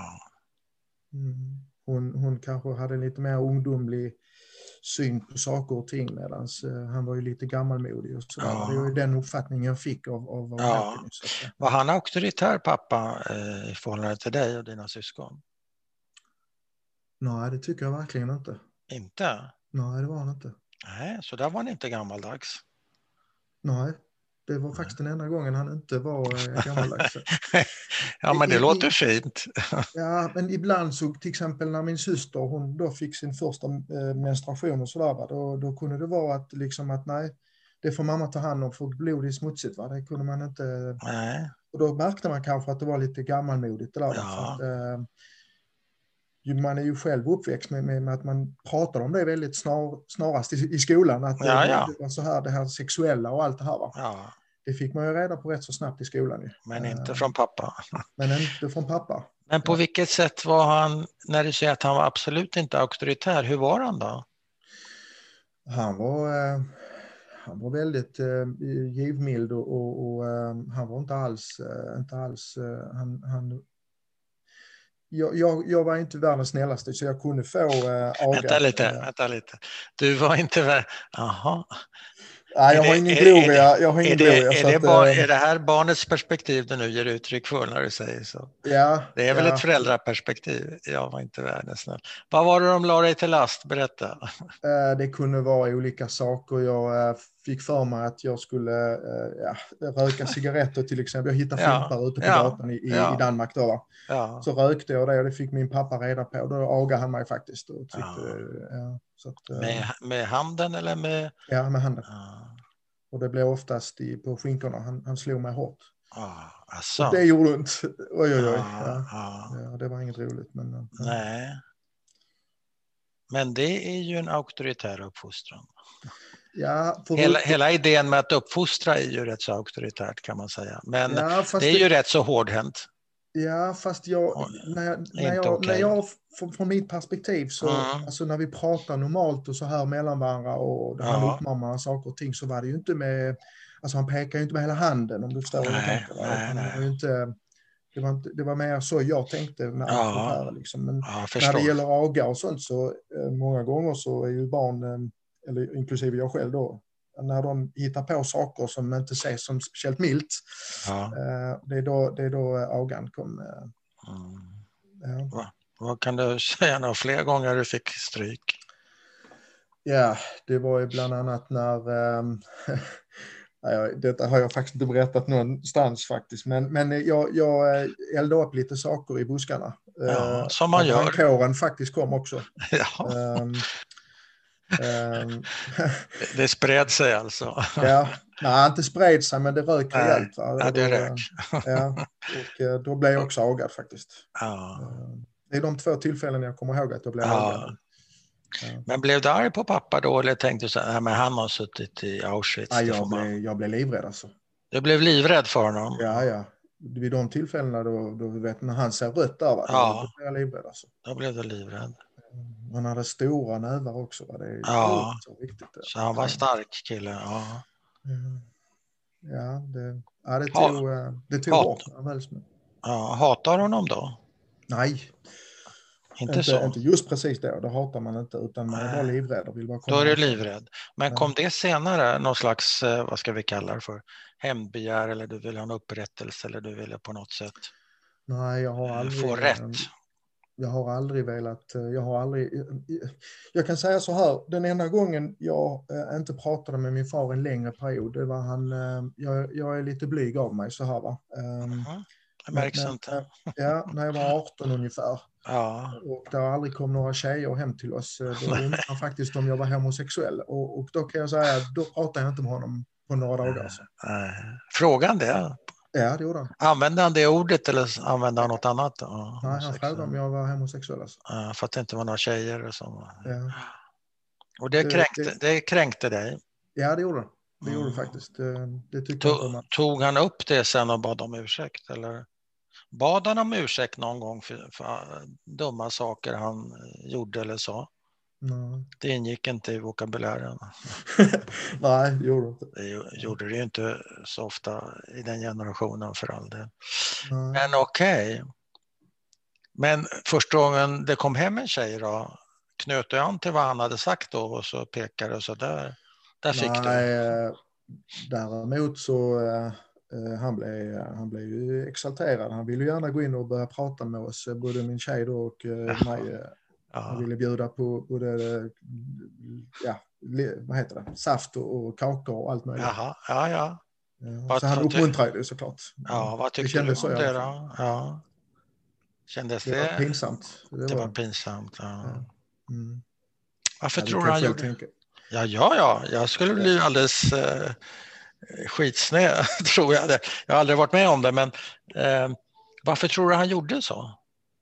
Hon kanske hade lite mer ungdomlig syn på saker och ting, medan han var ju lite gammalmodig och sådär. Det var ju den uppfattningen jag fick av Håkan. Var han auktoritär, pappa, i förhållande till dig och dina syskon? Nej, det tycker jag verkligen inte. Inte? Nej, det var han inte. Nej, så där var han inte gammaldags. Nej, det var faktiskt den enda gången han inte var gammaldags. Ja, men det låter fint. Ja, men ibland så till exempel när min syster, hon då fick sin första menstruation och sådär, då kunde det vara att liksom att nej, det får mamma ta hand om för blod är smutsigt, va? Det kunde man inte. Nej. Och då märkte man kanske att det var lite gammalmodigt det där. Ja. För att, man är ju själv uppväxt med att man pratar om det väldigt snarast i skolan, att det var så här, det här sexuella och allt det här, va? Ja. Det fick man ju reda på rätt så snabbt i skolan. Men inte från pappa. Men inte från pappa. Men på vilket sätt var han, när du säger att han var absolut inte auktoritär, hur var han då? Han var väldigt givmild och han var inte alls jag var inte världens snällaste, så jag kunde få aga. Vänta lite. Du var inte Jaha. Nej, jag har ingen gloria. Är det här barnets perspektiv du nu ger uttryck för när du säger så? Ja. Det är väl ett föräldraperspektiv. Jag var inte världens snäll. Vad var det de la dig till last? Berätta. Det kunde vara olika saker. Jag fick för mig att jag skulle röka cigaretter till exempel. Jag hittade fimpar ute på gatan i Danmark då, va? Ja. Så rökte jag det och det fick min pappa reda på. Då agade han mig faktiskt. Och tyckte, så att, med handen eller med? Ja, med handen. Och det blev oftast på skinkorna. Han slog mig hårt. Alltså. Och det gjorde ont. Oj. Ja, det var inget roligt. Men, nej. Men det är ju en auktoritär uppfostran. Ja, hela idén med att uppfostra är ju rätt så auktoritärt, kan man säga. Men det är ju rätt så hårdhänt. Ja, fast när jag från mitt perspektiv så, alltså när vi pratar normalt och så här mellan varandra och han uppmanar saker och ting, så var det ju inte med, alltså han pekar ju inte med hela handen, om du förstår vad jag tänker. Det var mer så jag tänkte med allt det här liksom. Men när det gäller aga och sånt, så många gånger så är ju barn, eller inklusive jag själv då, när de hittar på saker som inte ses som speciellt milt, det är då agan kom. Vad kan du säga några fler gånger du fick stryk? Ja, det var ju bland annat när... detta har jag faktiskt inte berättat någonstans faktiskt. Men jag eldade upp lite saker i buskarna. Ja, som man gör. Brandkåren faktiskt kom också. Ja. Det spred sig alltså. Ja, nej, inte spred sig, men det rök rejält. Ja, det rök. Ja, och då blev jag också agad faktiskt. Ja. Det är de 2 tillfällen jag kommer ihåg att jag blev agad. Ja. Men blev du arg på pappa då, eller tänkte du så här, men han har suttit i Auschwitz? Jag blev livrädd alltså. Du blev livrädd för honom? Ja. Vid de tillfällena då vet när han ser rött där, då blev jag livrädd alltså. Då blev du livrädd. Han hade stora nävar också. Det är så viktigt. Så han var stark kille. Ja, det tog hårt. Ja, hatar honom då? Nej. Inte just precis då hatar man inte, utan man är bara livrädd och vill bara komma. Då är du livrädd. Men kom det senare någon slags, vad ska vi kalla det för, hämndbegär, eller du vill ha en upprättelse, eller du ville på något sätt jag har aldrig få rätt? Jag har aldrig velat, jag kan säga så här, den enda gången jag inte pratade med min far en längre period, det var jag är lite blyg av mig så här va. Det märks inte. Ja, när jag var 18 ungefär. Ja. Och det aldrig kom några tjejer hem till oss. Då undrade han faktiskt om jag var homosexuell. Och då kan jag säga, då pratade jag inte med honom på några dagar. Så. Frågan det? Ja, det gjorde han. Använde han det ordet eller använde han något annat? Nej, han frågade om jag var homosexuell. Alltså. För att det inte var några tjejer. Ja. Och det kränkte dig? Ja, det gjorde han. Det gjorde faktiskt. Det tog han upp det sen och bad om ursäkt? Eller bad han om ursäkt någon gång för dumma saker han gjorde eller sa? Nej. Det ingick inte i vokabulären. Nej, det gjorde inte. Det gjorde det ju inte så ofta i den generationen för all del. Nej. Men okej. Men första gången det kom hem en tjej då, knöt du an till vad han hade sagt då och så pekade och så där fick du? Nej, däremot så han blev ju exalterad. Han ville gärna gå in och börja prata med oss, både min tjej då och mig. Han ville bjuda på både vad heter det? Saft och kakor och allt möjligt. Ja. Så han uppmuntrade det såklart. Ja, vad tyckte du om det då? Ja. Kändes det? Det var pinsamt. Det var pinsamt, ja. Mm. Varför tror du han gjorde? Ja. Jag skulle bli alldeles skitsned, tror jag. Jag har aldrig varit med om det, men varför tror du han gjorde så?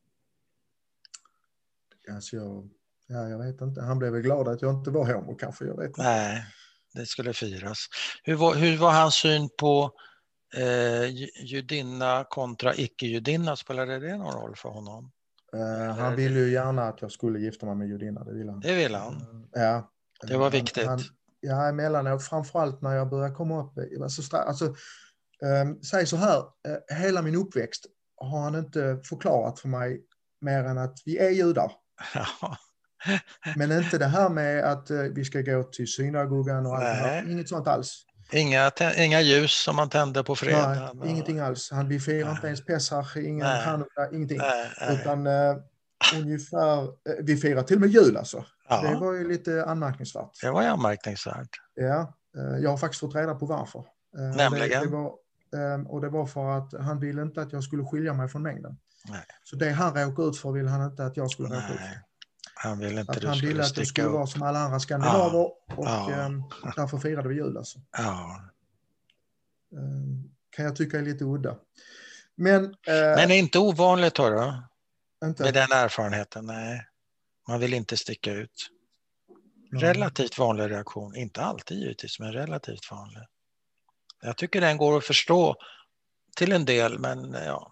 Alltså jag vet inte. Han blev väl glad att jag inte var homo kanske, jag vet inte. Nej, det skulle firas. Hur var hans syn på judinna kontra icke-judinna? Spelade det någon roll för honom? Han ville ju gärna att jag skulle gifta mig med judinna, det ville han. Det ville han? Ja. Det var viktigt? Emellanåt, framförallt när jag började komma upp. Säg så här, hela min uppväxt har han inte förklarat för mig mer än att vi är judar. Ja. Men inte det här med att vi ska gå till synagogan och allt det här. Inget sånt alls. Inga ljus som man tänder på fredag. Nej, ingenting alls. Vi firar inte ens Pesach, ingenting. Utan ungefär, vi firar till och med jul alltså. Ja. Det var ju lite anmärkningsvärt. Det var ju anmärkningsvärt. Ja, jag har faktiskt fått reda på varför. Nämligen? Det var för att han ville inte att jag skulle skilja mig från mängden. Nej. Så det han råkade ut för ville han inte att jag skulle råka ut för. Han ville inte att han ville att jag skulle vara som alla andra skandinaver och därför firade vi jul alltså. Ja. Kan jag tycka är lite udda. Men är inte ovanligt, hörru. Inte. Med den erfarenheten, nej. Man vill inte sticka ut. Relativt vanlig reaktion. Inte alltid givetvis, men relativt vanlig. Jag tycker den går att förstå till en del, men ja.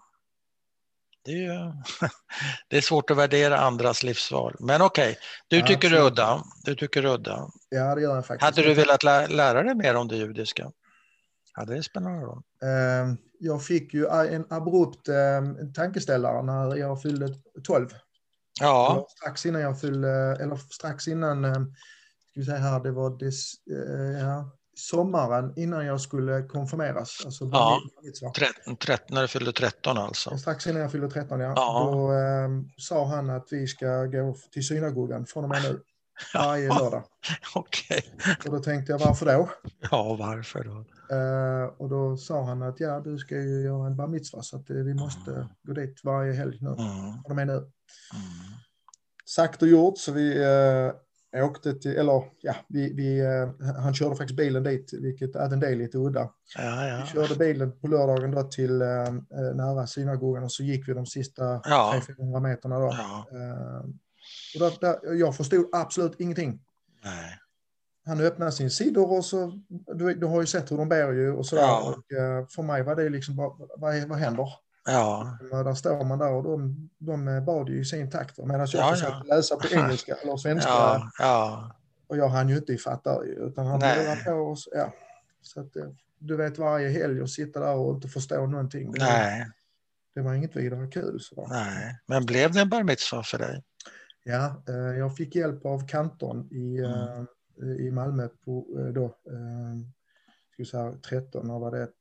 Det är svårt att värdera andras livsval. Men okej, du tycker udda. Ja, det gör jag faktiskt. Hade du velat lära dig mer om det judiska? Hade det spännande roll? Jag fick ju en abrupt tankeställare när jag fyllde 12. Ja. Strax innan ska vi säga här, det var sommaren innan jag skulle konfirmeras. Alltså när du fyllde 13 alltså. Strax innan jag fyllde 13, ja. Då sa han att vi ska gå till synagogan från och med nu. varje lördag. Okej. Och då tänkte jag, varför då? Ja, varför då? Och då sa han att du ska ju göra en bar mitzvah, så att vi måste gå dit varje helg nu. Har de är nu. Sagt och gjort, så vi åkte till, eller han körde faktiskt bilen dit, vilket även det är lite udda. Vi körde bilen på lördagen då till nära synagogan, och så gick vi de sista 300-400 meterna då. Och jag förstod absolut ingenting. Nej. Han öppnade sin sidor, och så, du har ju sett hur de ber ju och sådär. Ja. Och för mig var det liksom bara, vad händer? Ja. Där står man där, och de bad ju i sin takt. Medan jag försökte läsa på engelska eller svenska. Och jag hann ju inte fatta, utan han lurar på oss. Ja. Så att du vet, varje helg och sitta där och inte förstå någonting. Det var inget vidare kul. Så. Nej. Men blev det en bar mitzvah för dig? Ja, jag fick hjälp av kantorn i Malmö på då, ska vi säga 13, när var det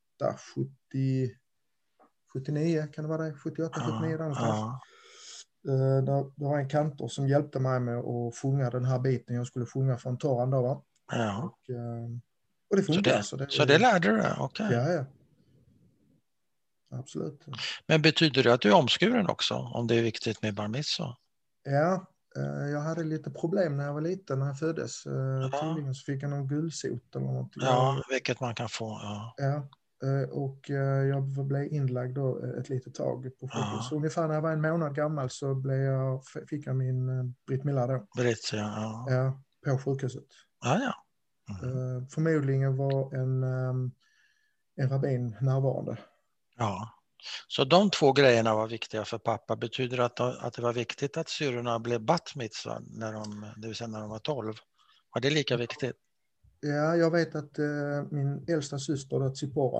79, kan det vara det? 78, 79 där någonstans. Det var en kantor som hjälpte mig med att sjunga den här biten jag skulle sjunga från Toran då, va? Ja. Och det funkar. Så det lärde du dig? Okay. Ja. Absolut. Men betyder det att du är omskuren också, om det är viktigt med bar mitzvah? Ja, jag hade lite problem när jag var liten, när jag föddes. Tydligen så fick jag någon gulsot eller något. Ja, vilket man kan få. Ja. Och jag blev inlagd då ett litet tag på sjukhus. Så ungefär när jag var en månad gammal så fick jag min Brit Mila då. Ja, på sjukhuset. Förmodligen var en rabbin närvarande. Ja, så de två grejerna var viktiga för pappa. Betyder det att det var viktigt att syrrorna blev bat mitzvah det vill säga när de var 12? Var det lika viktigt? Ja, jag vet att min äldsta syster, Tsipora,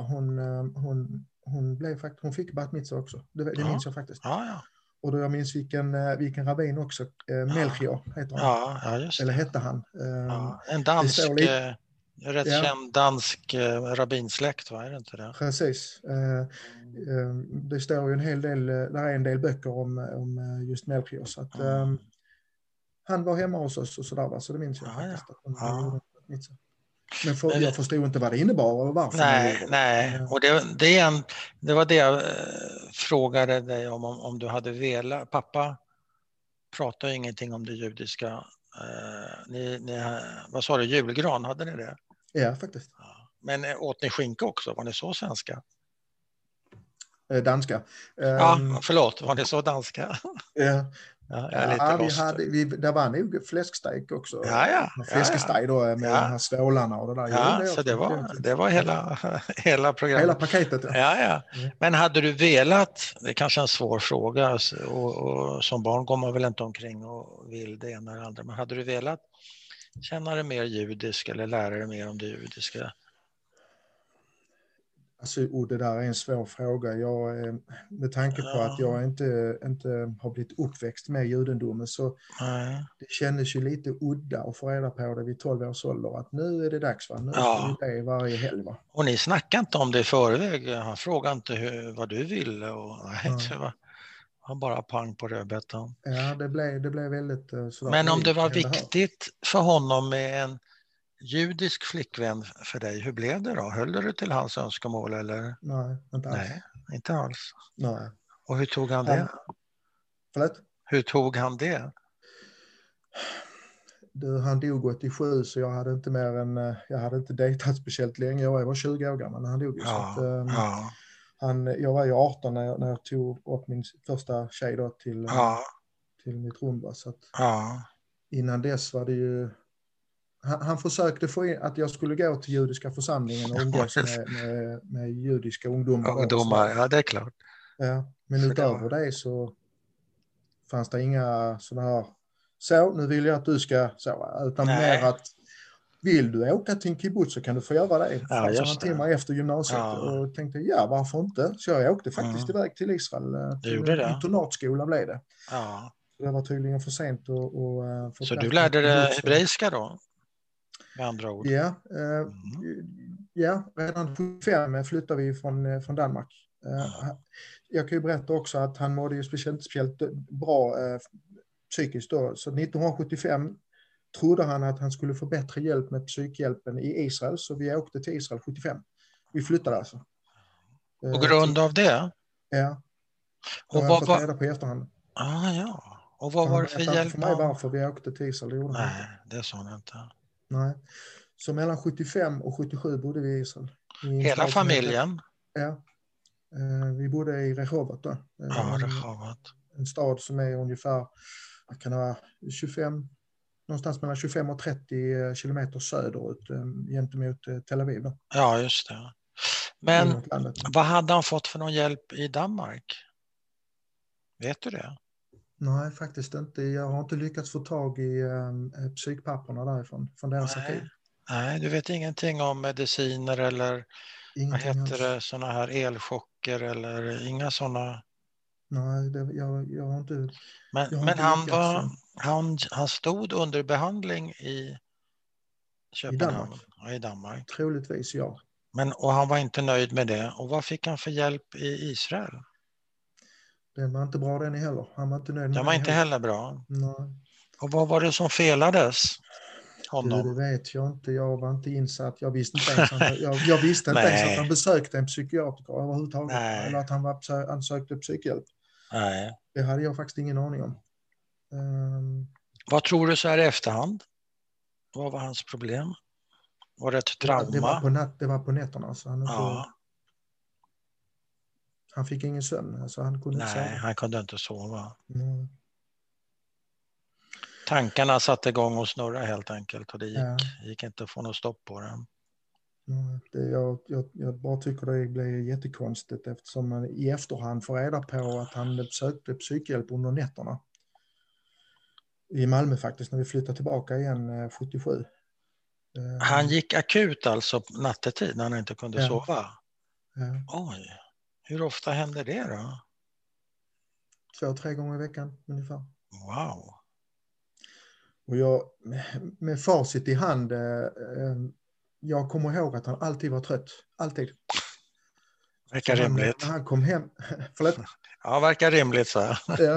hon fick bat mitzvah också. Det minns jag faktiskt. Ja. Och då jag minns vilken rabbin också. Melchior heter han. Ja, just det. Eller hette han. En dansk, rätt känd dansk rabbinsläkt, var det inte det? Precis. Det står ju där är en del böcker om just Melchior. Så att han var hemma hos oss och sådär, va? Så det minns jag faktiskt. Att hon gjorde bat mitzvah. Men jag förstod inte vad det innebar och varför. Nej. Och det var det jag frågade dig om du hade velat. Pappa pratade ingenting om det judiska. Vad sa du, julgran, hade ni det? Ja, faktiskt. Men åt ni skinka också? Var ni så svenska? Danska. Förlåt, var ni så danska? Ja. Det var nog fläsksteg också. Fläskesteg då med de här svålarna och det där. Ja, så det var hela programmet. Hela paketet, ja. Men hade du velat, det är kanske en svår fråga, och som barn går man väl inte omkring och vill det ena eller andra, men hade du velat känna dig mer judisk eller lära dig mer om det judiska? Alltså, det där är en svår fråga. Med tanke på att jag inte har blivit uppväxt med judendomen, så det kändes ju lite udda att få reda på det vid 12 års ålder, att nu är det dags, va? Nu ska vi be varje helg, va? Och ni snackade inte om det i förväg? Han frågade inte vad du ville? Det var bara pang på rödbetan. Ja, det blev väldigt sådär. Men om det var viktigt för honom med en judisk flickvän för dig, hur blev det då? Höll du till hans önskemål eller? Nej, inte alls. Nej, inte alls. Nej. Och hur tog han det? Förlåt? Hur tog han det? Han dog 87, så jag hade inte dejtat speciellt länge. Jag var 20 år gammal när han dog. Jag var ju 18 när jag tog upp min första tjej då till mitt rum. Så att innan dess var det ju... Han försökte få in att jag skulle gå till judiska församlingen och umgås med judiska ungdomar. Ja, det är klart. Ja, men utöver det så fanns det inga sådana här, så nu vill jag att du ska så, utan mer att vill du åka till en kibbutz så kan du få göra det. Alltså en timme efter gymnasiet och tänkte, varför inte? Så jag åkte faktiskt iväg till Israel. Till en internatskola blev det. Ja. Så det var tydligen för sent. Så du lärde dig hebreiska då? Med andra ord. Ja, redan 75 flyttade vi från Danmark. Jag kan ju berätta också att han mådde ju speciellt bra psykiskt då. Så 1975 trodde han att han skulle få bättre hjälp med psykhjälpen i Israel, så vi åkte till Israel 75. Vi flyttade alltså. På grund av det? Ja. Och vad fått reda på i efterhand. Ja. Och vad var det för hjälp? För mig varför vi åkte till Israel. Nej, det sa han inte. Nej. Så mellan 75 och 77 bodde vi i Israel. Hela familjen? Ja. Vi bodde i Rehovot då. Rehovot. En stad som är ungefär, kan det vara 25, någonstans mellan 25 och 30 kilometer söderut gentemot Tel Aviv då. Ja, just det. Men vad hade han fått för någon hjälp i Danmark? Vet du det? Nej, faktiskt inte. Jag har inte lyckats få tag i psykpapperna därifrån, från deras arkiv. Nej, du vet ingenting om mediciner eller ingenting vad heter det, sådana här elchocker eller inga sådana? Nej, jag har inte. Men han stod under behandling i Köpenhamn, i Danmark. Troligtvis, ja. Och han var inte nöjd med det. Och vad fick han för hjälp i Israel? Den var inte bra den heller. Han var inte nöjd med den var inte heller bra. Nej. Och vad var det som felades honom? Det vet jag inte. Jag var inte insatt. Jag visste inte ens, jag visste inte ens att han besökte en psykiatriker överhuvudtaget. Nej. Eller att han sökte psykhjälp. Nej. Det hade jag faktiskt ingen aning om. Vad tror du så här i efterhand? Vad var hans problem? Var det ett trauma? Det var på nätterna. Så han fick ingen sömn. Så han kunde inte sova. Han kunde inte sova. Mm. Tankarna satte igång och snurra helt enkelt. Och det gick inte att få något stopp på det. Jag bara tycker det blir jättekonstigt eftersom man i efterhand får reda på att han sökte psykhjälp under nätterna. I Malmö faktiskt, när vi flyttade tillbaka igen 77. Han gick akut alltså nattetid när han inte kunde sova? Ja. Oj, hur ofta hände det då? 2-3 gånger i veckan ungefär. Wow. Och jag, med facit i hand, jag kommer ihåg att han alltid var trött. Alltid. Verkar rimligt. När han kom hem... Förlåt? Ja, verkar rimligt så.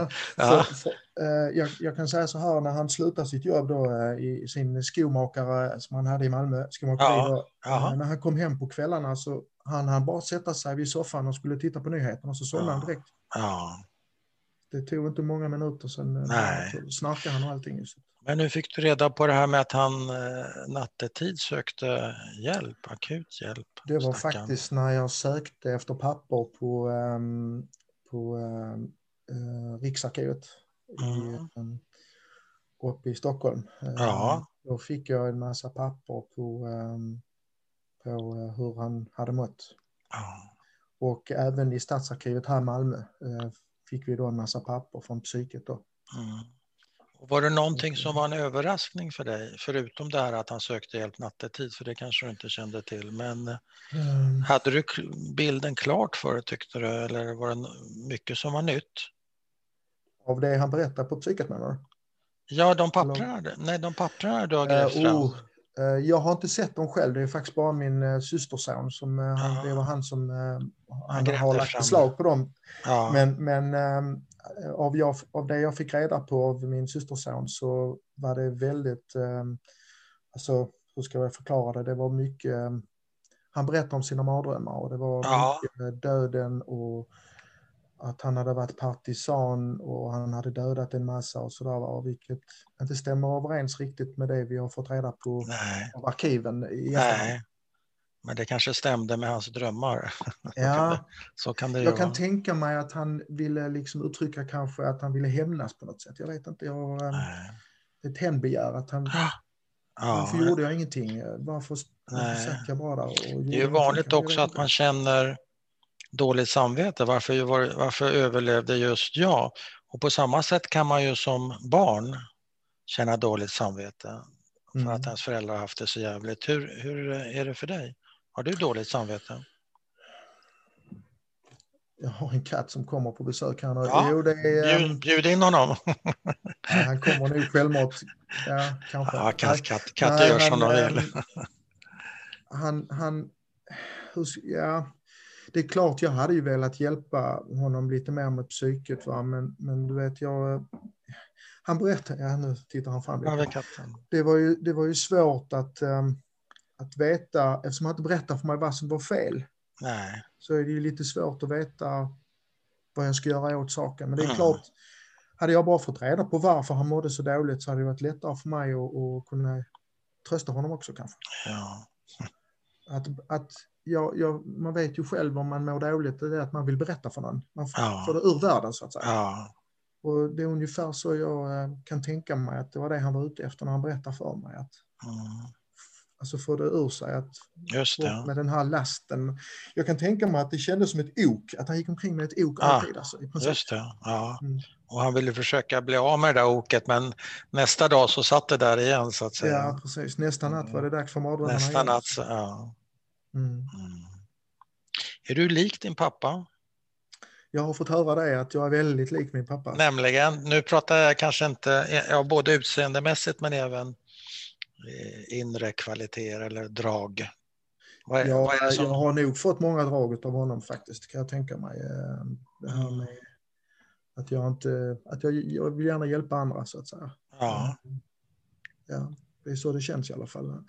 Jag kan säga så här, när han slutade sitt jobb då i sin skomakare som han hade i Malmö, när han kom hem på kvällarna så han bara sätta sig vid soffan och skulle titta på nyheterna och så somnade han direkt. Ja. Det tog inte många minuter sen snarkade han och allting. Men nu fick du reda på det här med att han nattetid sökte hjälp, akut hjälp. Det var faktiskt när jag sökte efter papper på Riksarkivet uppe i Stockholm. Då fick jag en massa papper på hur han hade mått. Och även i Stadsarkivet här i Malmö fick vi då en massa papper från psyket då. Var det någonting som var en överraskning för dig, förutom det här att han sökte hjälp nattetid, för det kanske du inte kände till, men hade du bilden klart för det, tyckte du, eller var det mycket som var nytt? Av det han berättade på psyket, menar du? Ja, de papperna du har grävt fram. Jag har inte sett dem själv, det är faktiskt bara min systerson det var han som han har lagt beslag på dem. Men av det jag fick reda på av min systerson så var det väldigt, hur ska jag förklara det? Det var mycket, han berättade om sina mardrömmar och det var mycket döden och att han hade varit partisan och han hade dödat en massa och sådär, vilket inte stämmer överens riktigt med det vi har fått reda på av arkiven i efterhand. Men det kanske stämde med hans drömmar. Så kan det jag kan tänka mig att han ville liksom uttrycka kanske att han ville hämnas på något sätt. Jag vet inte, ett hämndbegär att han... Varför gjorde jag ingenting? Varför satt jag bara där? Och det är ju vanligt också att man känner dåligt samvete. Varför överlevde just jag? Och på samma sätt kan man ju som barn känna dåligt samvete för att ens föräldrar har haft det så jävligt. Hur är det för dig? Har du dåligt samvete? Jag har en katt som kommer på besök här nu. Jo, det är, bjud in honom. Nej, han kommer nog självmant. Ja, kanske. Ja, katter gör som de vill. Det är klart jag hade ju velat hjälpa honom lite mer med psyket. Va? Men du vet, Han berättade, ja nu tittar han fram lite. katten. Det var ju svårt att veta, eftersom han inte berättade för mig vad som var fel. Nej. Så är det ju lite svårt att veta vad jag ska göra åt saken. Men det är klart, hade jag bara fått reda på varför han mådde så dåligt så hade det varit lättare för mig att kunna trösta honom också kanske. Ja. Man vet ju själv om man mår dåligt, det är att man vill berätta för någon. Man får det ur världen så att säga. Ja. Och det är ungefär så jag kan tänka mig att det var det han var ute efter när han berättade för mig. Att, alltså få det ur sig, att just det. med den här lasten. Jag kan tänka mig att det kändes som ett ok, att han gick omkring med ett ok alltid. Alltså, i princip. Just det, ja. Och han ville försöka bli av med det där oket, men nästa dag så satt det där igen så att säga. Ja, precis. Nästa natt var det dags för mardrömmarna. Nästa natt, ja. Är du lik din pappa? Jag har fått höra det, att jag är väldigt lik min pappa. Nämligen, nu pratar jag kanske inte både utseendemässigt men även inre kvaliteter eller drag. Vad är det som... Jag har nog fått många drag av honom faktiskt, kan jag tänka mig. Det här med att jag vill gärna hjälpa andra så att säga. Ja. Ja, det är så det känns i alla fall.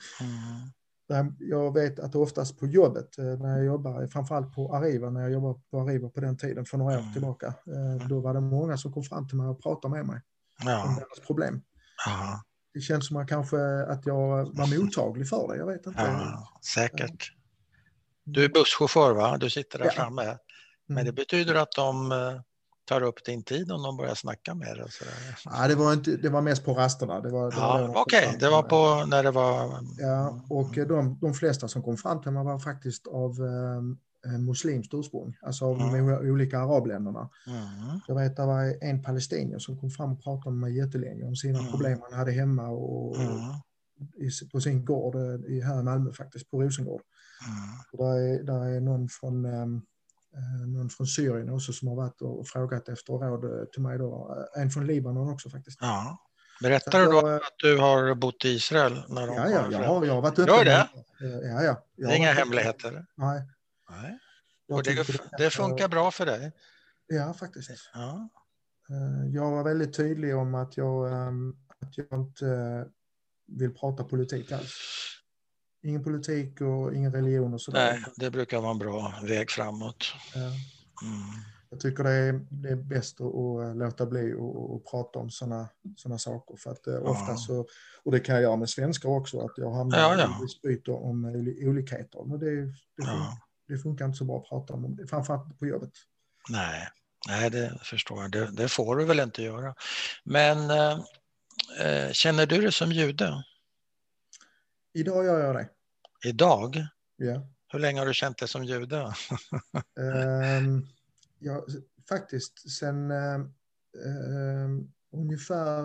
Jag vet att oftast på jobbet, när jag jobbar, framförallt på Arriva, när jag jobbade på Arriva på den tiden för några år tillbaka, då var det många som kom fram till mig och pratade med mig om deras problem. Ja. Det känns som att jag var mottaglig för det, jag vet inte. Ja, säkert. Du är busschaufför, va? Du sitter där framme. Men det betyder att de tar upp din tid om de börjar snacka med dig? Ja, det var mest på rasterna. Okej, det var på när det var... Ja, och de flesta som kom fram till mig var faktiskt av muslimskt ursprung, alltså av de olika arabländerna. Jag vet att det var en palestinier som kom fram och pratade med mig jättelänge om sina problem han hade hemma och på sin gård här i Malmö faktiskt, på Rosengård. Och där är någon från Syrien också som har varit och frågat efter råd till mig då. En från Libanon också faktiskt. Ja. Berättar du då att du har bott i Israel? När de jag har varit öppen. Gör det? Ja. Det är inga hemligheter? Nej. Och det funkar bra för dig? Ja, faktiskt. Ja. Jag var väldigt tydlig om att jag inte vill prata politik alls. Ingen politik och ingen religion och sådär. Nej, det brukar vara en bra väg framåt. Jag tycker det är bäst att låta bli och prata om såna saker. För att ofta så, och det kan jag göra med svenskar också, att jag hamnar i dispyter om olikheter. Men det funkar inte så bra att prata om det, framförallt på jobbet. Nej, det förstår jag. Det får du väl inte göra. Men känner du dig som jude? Idag gör jag det. Idag? Ja. Hur länge har du känt dig som jude? Faktiskt sen ungefär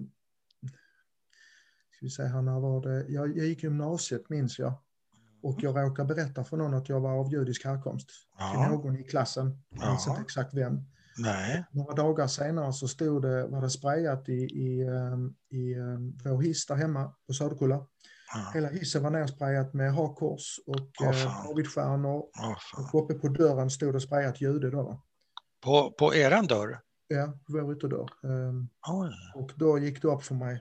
ska vi säga här, när var det? Jag gick gymnasiet, minns jag. Och jag råkade berätta för någon att jag var av judisk härkomst. Till någon i klassen. Jag minns inte exakt vem. Nej. Några dagar senare så var det sprayat i vår hiss där hemma på Söderkulla. Hela hissen var nersprayat med hakkors och davidstjärnor. Och uppe på dörren stod det sprayat jude då. På eran dörr? Ja, på vår ytterdörr. Och då gick det upp för mig.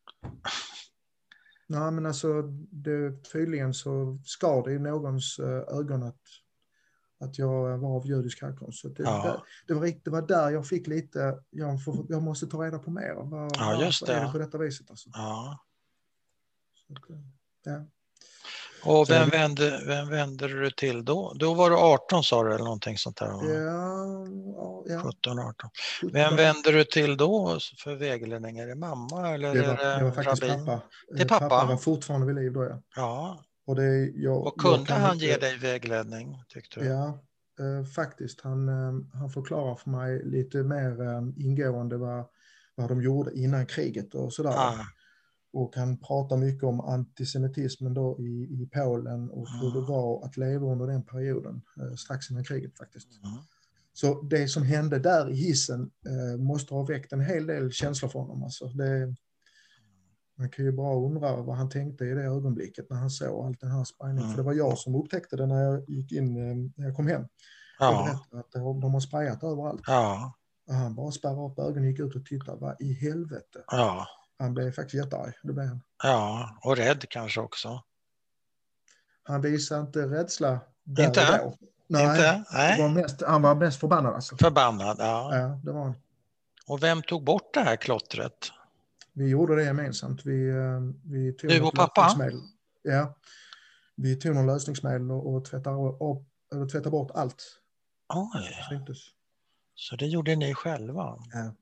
Nej, men alltså tydligen så skar det i någons ögon att jag var av judisk härkomst. Så det var där jag fick lite, jag måste ta reda på mer. Varför är det på detta viset? Alltså? Ja. Så att, och vem vände du till då? Då var du 18 sa du eller någonting sånt där? Ja. 17, 18. Vem vände du till då för vägledning? Är det mamma eller det var faktiskt rabbin? pappa. Det är pappa? Pappa var fortfarande vid liv då, ja. Och kunde han ge dig vägledning, tyckte du? Ja, faktiskt. Han förklarar för mig lite mer ingående vad de gjorde innan kriget och sådär. Och han pratar mycket om antisemitismen då i Polen och hur det var att leva under den perioden, strax innan kriget faktiskt. Så det som hände där i hissen måste ha väckt en hel del känslor från honom. Alltså man kan ju bara undra vad han tänkte i det ögonblicket när han såg allt den här sprayningen. För det var jag som upptäckte det när jag gick in, när jag kom hem. Och berättade att de har sprayat överallt. Och han bara spärrade upp ögonen, gick ut och tittade. Vad i helvete? Ja. Han blev faktiskt jättearg. Det blev han. Ja, och rädd kanske också. Han visade inte rädsla där Inte? och då. Nej, Inte? Nej. Han var mest förbannad alltså. Förbannad, ja. Ja, det var han. Och vem tog bort det här klottret? Vi gjorde det gemensamt. Vi tog Du och pappa? lösningsmedel. Ja, vi tog någon lösningsmedel och tvättade bort allt. Oj. Syntes. Så det gjorde ni själva? Ja.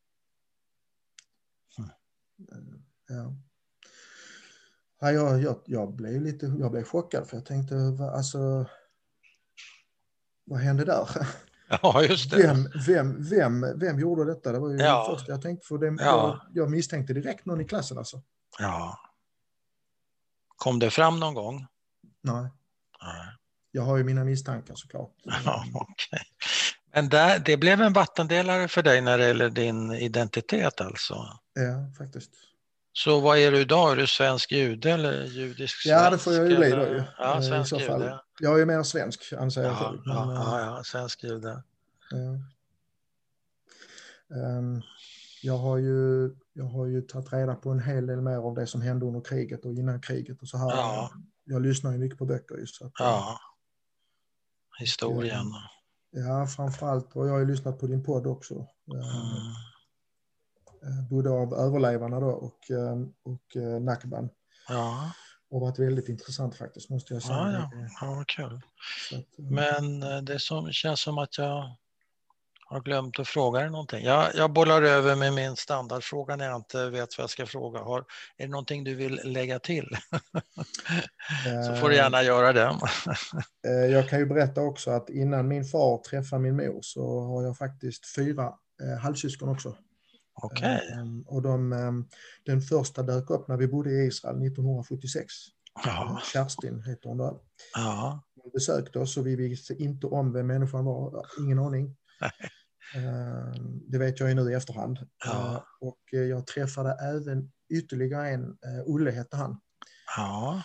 Ja. Ja, jag blev chockad för jag tänkte, vad hände där? Ja, just det. Vem gjorde detta? Det var ju det första jag tänkte, för jag misstänkte direkt någon i klassen alltså. Ja. Kom det fram någon gång? Nej. Jag har ju mina misstankar såklart. Ja, okej. Men det blev en vattendelare för dig när det gäller din identitet alltså? Ja, faktiskt. Så vad är du idag? Är du svensk jude eller judisk svensk? Ja, det får jag ju bli då ju. Ja, svensk i så fall. jude. Jag är mer svensk, anser jag själv. Ja, svensk jude. Jag har ju tagit reda på en hel del mer av det som hände under kriget och innan kriget och så här. Ja. Jag lyssnar ju mycket på böcker just så att, historien. Ja, framförallt. Och jag har ju lyssnat på din podd också. Både av överlevarna då och Nakban. Ja. Och varit väldigt intressant faktiskt, måste jag säga. Ja, vad kul. Men det känns som att jag har glömt att fråga dig någonting. Jag bollar över med min standardfråga när jag inte vet vad jag ska fråga. Är det någonting du vill lägga till? Så får du gärna göra det. Jag kan ju berätta också att innan min far träffade min mor så har jag faktiskt 4 halvsyskon också. Okej. Och den första dök upp när vi bodde i Israel 1976. Kerstin heter hon då. Ja. Hon besökte oss och vi visste inte om vem människan var. Ingen aning. Det vet jag ju nu i efterhand. Och jag träffade även ytterligare en, Olle hette han. Ja.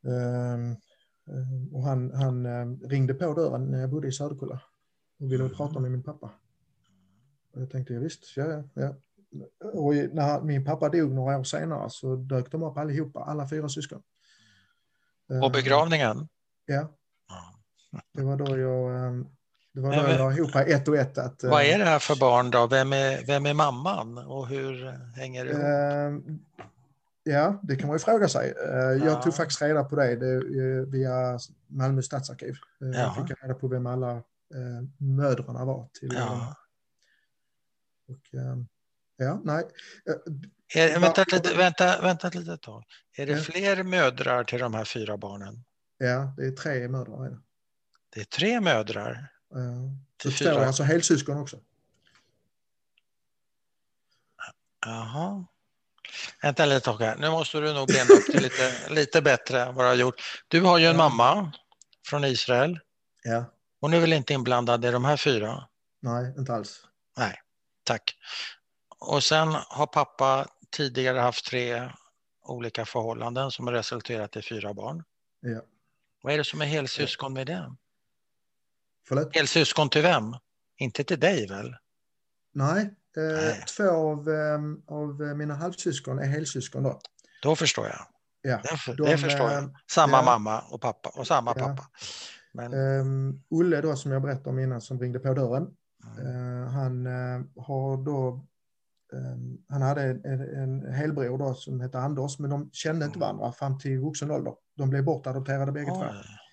Och han ringde på dörren när jag bodde i Söderkulla och ville prata med min pappa. Och jag tänkte, visst, ja. Och när min pappa dog några år senare så dök de upp allihopa, alla 4 syskon. På begravningen? Ja. Det var då jag la ihop ett och ett. Vad är det här för barn då? Vem är mamman och hur hänger det ihop? Ja, det kan man ju fråga sig. Jag tog faktiskt reda på det via Malmö stadsarkiv. Jag fick reda på vem alla mödrarna var till. Och nej. Vänta ett litet tag. Är det fler mödrar till de här 4 barnen? Ja, det är 3 mödrar. Det är 3 mödrar? Så 2 är alltså helsyskon också. Jaha. Vänta lite tag här. Nu måste du nog bena upp till lite bättre än vad du har gjort. Du har ju en mamma från Israel. Ja. Hon är väl inte inblandad i de här 4? Nej, inte alls. Nej, tack. Och sen har pappa tidigare haft 3 olika förhållanden som har resulterat i 4 barn. Ja. Vad är det som är helsyskon med det? Förlåt? Helsyskon till vem? Inte till dig väl? Nej. 2 av mina halvsyskon är helsyskon då. Då förstår jag. Ja, det förstår jag. Samma mamma och pappa och samma pappa. Men... Olle då, som jag berättade om innan, som ringde på dörren. Han hade en helbror då som hette Anders, men de kände inte varandra fram till vuxen ålder. De blev bortadopterade bägge två.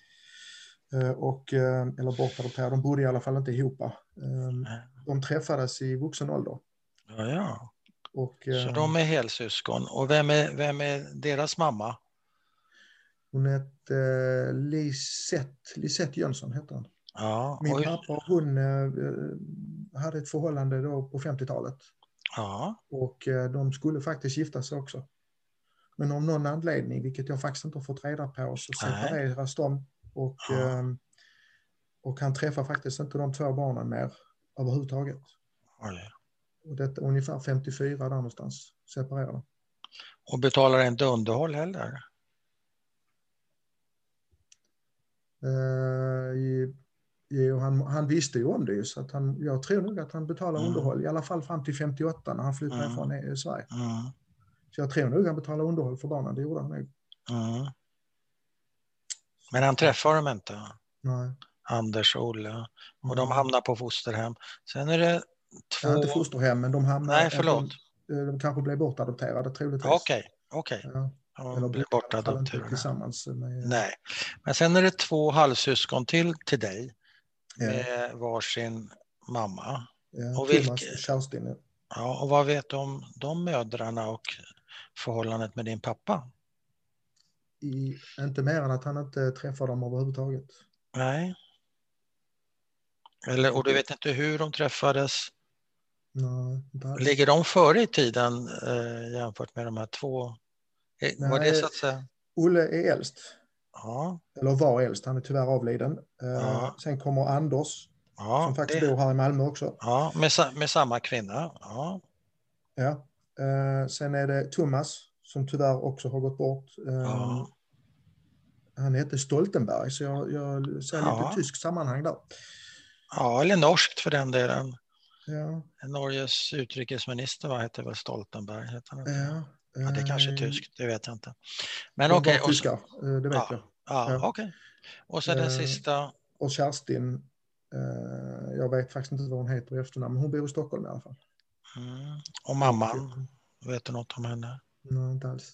Eller bortadopterade, de bodde i alla fall inte ihop. De träffades i vuxen ålder. Ja. Och, så de är helsyskon. Och vem är deras mamma? Hon hette Lisette Jönsson heter hon. Ja, min pappa och hon hade ett förhållande då på 50-talet. Ja. Och de skulle faktiskt gifta sig också. Men om någon anledning, vilket jag faktiskt inte har fått reda på, så separeras de. Och han träffar faktiskt inte de 2 barnen mer överhuvudtaget. Och det är ungefär 54 där någonstans separerade. Och betalar inte underhåll heller? han visste ju om det, så att jag tror nog att han betalade underhåll, i alla fall fram till 58 när han flyttade från Sverige. Så jag tror nog att han betalade underhåll för barnen, det gjorde han nog. Men han träffade dem inte? Nej. Anders och Olle. Och de hamnar på fosterhem. Sen är det två... Ja, inte fosterhem, men de hamnar... Nej, förlåt. De kanske blev bortadopterade, troligtvis. Okej. Ja. Eller blev bortadopterade tillsammans med... Nej. Men sen är det 2 halvsyskon till dig. Med varsin mamma. Ja, och Thomas och Kerstin. Ja, och vad vet du om de mödrarna och förhållandet med din pappa? Inte mer än att han inte träffar dem överhuvudtaget. Nej. Och du vet inte hur de träffades? Nej, inte alls. Ligger de före i tiden jämfört med de här 2? Nej, var det så att säga? Olle är äldst. Ja. Eller var äldst, han är tyvärr avliden. Sen kommer Anders, som faktiskt bor här i Malmö också. Ja, med samma kvinna. Ja. Sen är det Thomas, som tyvärr också har gått bort. Han heter Stoltenberg, så jag ser lite tysk sammanhang där. Ja, eller norskt för den delen. Ja. Norges utrikesminister heter väl Stoltenberg? Heter han inte? Ja, det är kanske tyskt, det vet jag inte. Men okej. Tyskar, det vet jag. Ja. Okej. Och så den sista. Och Kerstin, jag vet faktiskt inte vad hon heter i efternamn, men hon bor i Stockholm i alla fall. Och mamman, vet du något om henne? Nej, inte alls.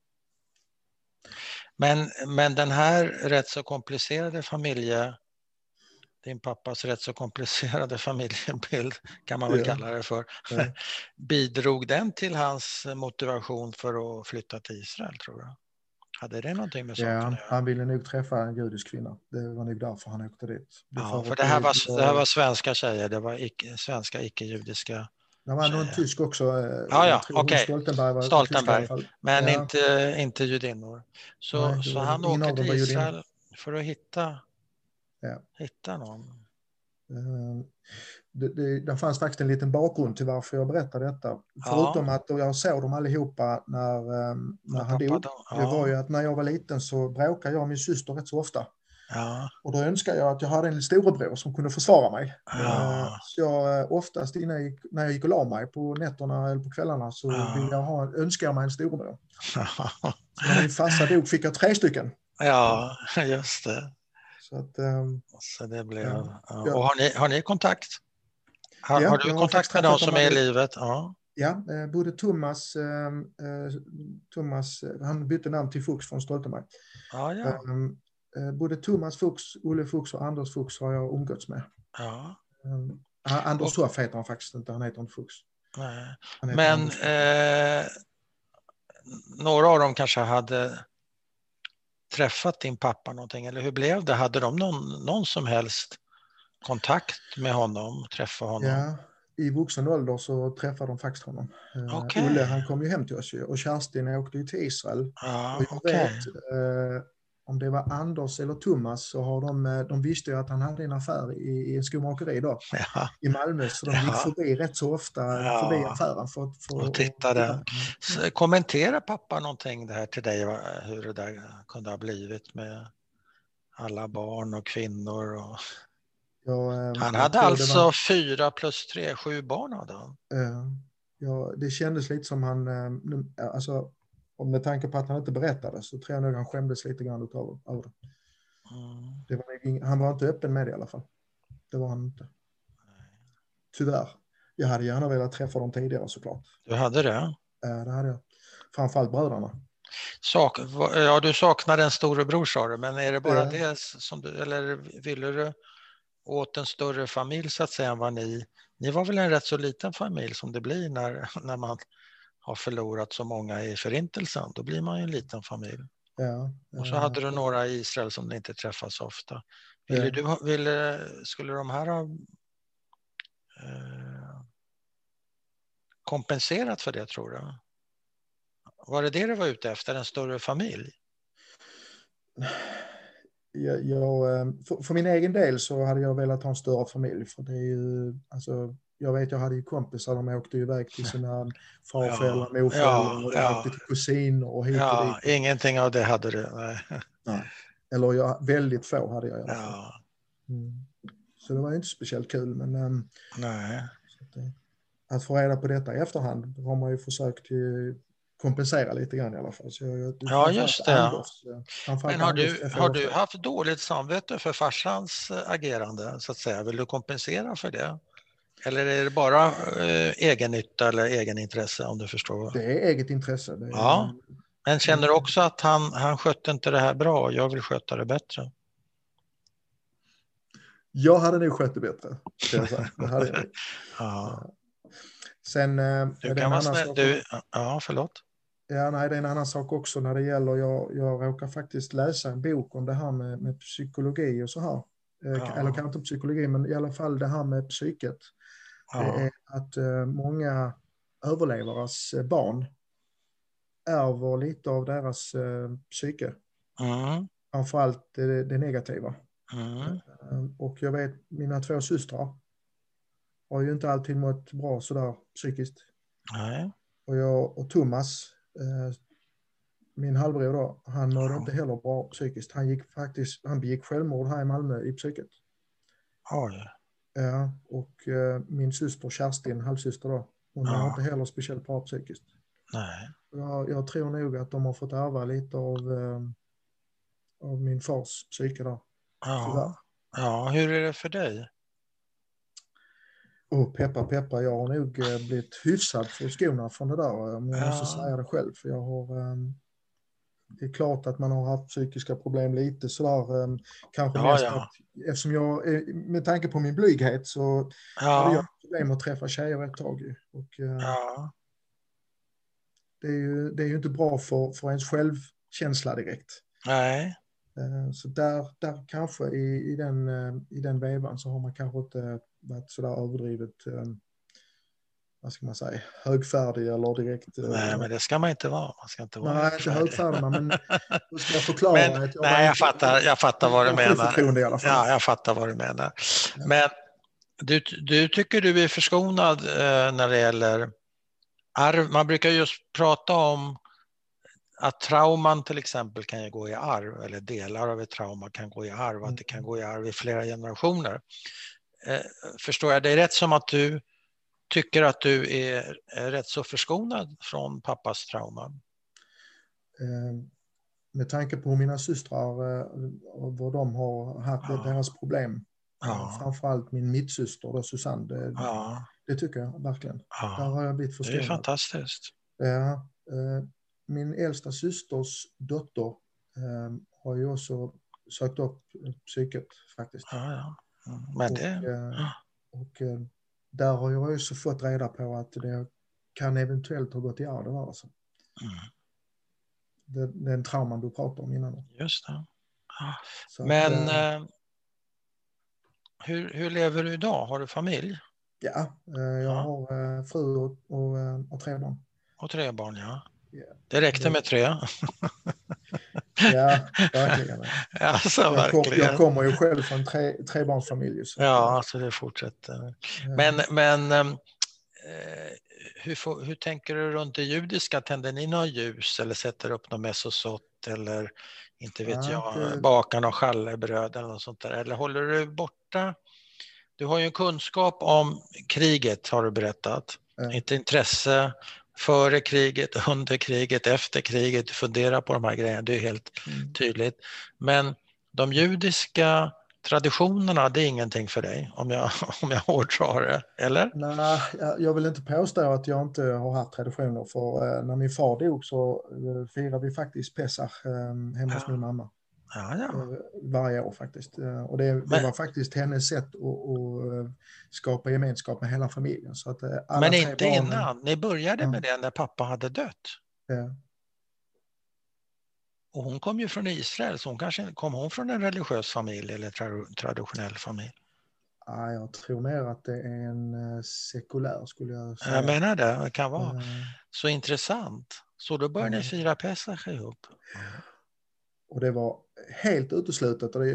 Men den här rätt så komplicerade din pappas rätt så komplicerade familjebild kan man väl kalla det för. Bidrog den till hans motivation för att flytta till Israel, tror du? Hade det någonting med saken att göra? Han ville nog träffa en judisk kvinna. Det var nog därför han åkte dit. För det här var svenska tjejer, det var svenska icke-judiska. Det var någon tysk också. Okej. Stoltenberg var Stoltenberg, tysk i alla fall. men inte judinnor. Så han åker till Israel för att hitta någon. Det fanns faktiskt en liten bakgrund till varför jag berättar detta. Förutom att jag såg dem allihopa när han dog. Det var ju att när jag var liten så bråkade jag och min syster rätt så ofta. Och då önskade jag att jag hade en storebror som kunde försvara mig. Så jag oftast när jag gick och la mig på nätterna eller på kvällarna så önskade jag mig en storebror. Så när min farsa dog fick jag 3 stycken. Ja, just det. Så det blev... Och har ni kontakt? Har du kontakt med dem som är i livet? Ja, både Thomas, han bytte namn till Fuchs från Stoltenberg. Både Thomas Fuchs, Olle Fuchs och Anders Fuchs har jag umgåtts med. Anders Hoff heter han faktiskt inte, han heter inte Fuchs. Men några av dem kanske hade träffat din pappa någonting, eller hur blev det? Hade de någon som helst kontakt med honom, träffa honom? Ja, i vuxen ålder så träffade de faktiskt honom. Olle, han kom ju hem till oss och Kerstin åkte ju till Israel. Och jag vet, om det var Anders eller Thomas så har de visste ju att han hade en affär i en skomakeri då, i Malmö, så de gick förbi rätt så ofta förbi affären för att titta där. Kommenterar pappa någonting det här till dig, hur det där kunde ha blivit med alla barn och kvinnor? Och... han hade alltså 4 + 3, 7 barn hade han. Det kändes lite som han, alltså om med tanke på att han inte berättade så tror jag nog han skämdes lite grann av det. Han var inte öppen med det i alla fall. Det var han inte. Tyvärr. Jag hade gärna velat träffa dem tidigare såklart. Du hade det? Det hade jag. Framförallt bröderna. Du saknade en storebror, sa du, men är det bara det som du, eller ville du åt en större familj så att säga än vad ni var väl en rätt så liten familj som det blir när man har förlorat så många i förintelsen, då blir man ju en liten familj. Och så hade du några i Israel som inte träffas så ofta. Skulle de här ha kompenserat för det, tror du? Var det du var ute efter, en större familj? För min egen del så hade jag velat ha en större familj, för det är ju, alltså, jag vet, jag hade ju kompisar, de åkte iväg till sina farföräldrar, morföräldrar och åkte till kusiner och hit och dit. Ingenting av det hade du? Nej. Eller väldigt få hade jag. Så det var inte speciellt kul. Men Nej. Att få reda på detta i efterhand har man ju försökt kompensera lite grann i alla fall. Så Ja, just det. Men har du haft dåligt samvete för farsans agerande, så att säga? Vill du kompensera för det? Eller är det bara egennytta eller egenintresse, om du förstår? Det är eget intresse. Ja, men känner du också att han skötte inte det här bra? Jag vill sköta det bättre. Jag hade nog skött det bättre. Det hade jag. Ja. Sen du kan vara snäll. Ja, förlåt. Ja, nej, det är en annan sak också när det gäller, jag råkar faktiskt läsa en bok om det här med psykologi och så här. Ja. Eller kanske inte psykologi, men i alla fall det här med psyket. Ja. Det är att många överlevares barn ärver lite av deras psyke. Framförallt det negativa. Och jag vet, mina 2 systrar har ju inte alltid mått bra sådär psykiskt. Nej. Och jag och Thomas, min halvbror då, han mådde inte heller bra psykiskt. Han begick självmord här i Malmö i psyket. Oj. Ja, och min syster Kerstin, halvsyster då, hon var inte heller speciellt bra psykiskt. Nej. Jag tror nog att de har fått ärva lite av min fars psyke då. Ja, hur är det för dig? Peppa, jag har nog blivit hyfsad förskonad från det där, om jag måste säga det själv. För jag har, det är klart att man har haft psykiska problem lite sådär, kanske mest att, eftersom jag, med tanke på min blyghet, så hade jag problem att träffa tjejer ett tag. Och det är ju inte bra för ens självkänsla direkt. Nej. Så där kanske i den vevan så har man kanske inte varit sådär överdrivet, vad ska man säga, högfärdig eller direkt. Nej, men det ska man inte vara. Man ska inte vara nej, inte högfärdig, men då ska jag förklara. Jag fattar vad du menar. I alla fall. Ja, jag fattar vad du menar. Ja. Men du tycker du är förskonad när det gäller arv. Man brukar just prata om att trauman till exempel kan ju gå i arv, eller delar av ett trauma kan gå i arv, att det kan gå i arv i flera generationer. Förstår jag dig rätt som att du tycker att du är rätt så förskonad från pappas trauma? Med tanke på mina systrar och vad de har haft, deras problem. Framförallt min mittsyster då, Susanne. Det tycker jag verkligen. Där har jag blivit förskonad. Det är fantastiskt. Ja, min äldsta systers dotter har ju också sökt upp psyket faktiskt. Men det... Och där har jag också fått reda på att det kan eventuellt ha gått i arv. Alltså. Den trauman du pratar om innan. Just det. Men hur lever du idag? Har du familj? Ja, jag har fru och 3 barn. Och 3 barn, ja. Yeah. Det räckte med 3. Ja, verkligen. Alltså, verkligen. Jag kommer ju själv från 3-barnsfamilj. Så det fortsätter. Men hur tänker du runt det judiska? Tänder ni något ljus eller sätter upp något mesosott eller inte vet bakar något challebröd eller något sånt där? Eller håller du borta? Du har ju en kunskap om kriget, har du berättat. Ett intresse före kriget, under kriget, efter kriget. Du funderar på de här grejerna, det är helt tydligt. Men de judiska traditionerna, det är ingenting för dig, om jag hårdrar det, eller? Nej, jag vill inte påstå att jag inte har haft traditioner. För när min far dog så firade vi faktiskt Pesach hemma hos min mamma. Varje år faktiskt. Och det var faktiskt hennes sätt att skapa gemenskap med hela familjen. Så att men inte innan. Ni började med det när pappa hade dött. Ja. Och hon kom ju från Israel, så kom hon från en religiös familj eller traditionell familj? Ja, jag tror mer att det är en sekulär, skulle jag säga. Jag menar det kan vara så intressant. Så då började ni fira Pesach ihop. Och det var helt uteslutet. Och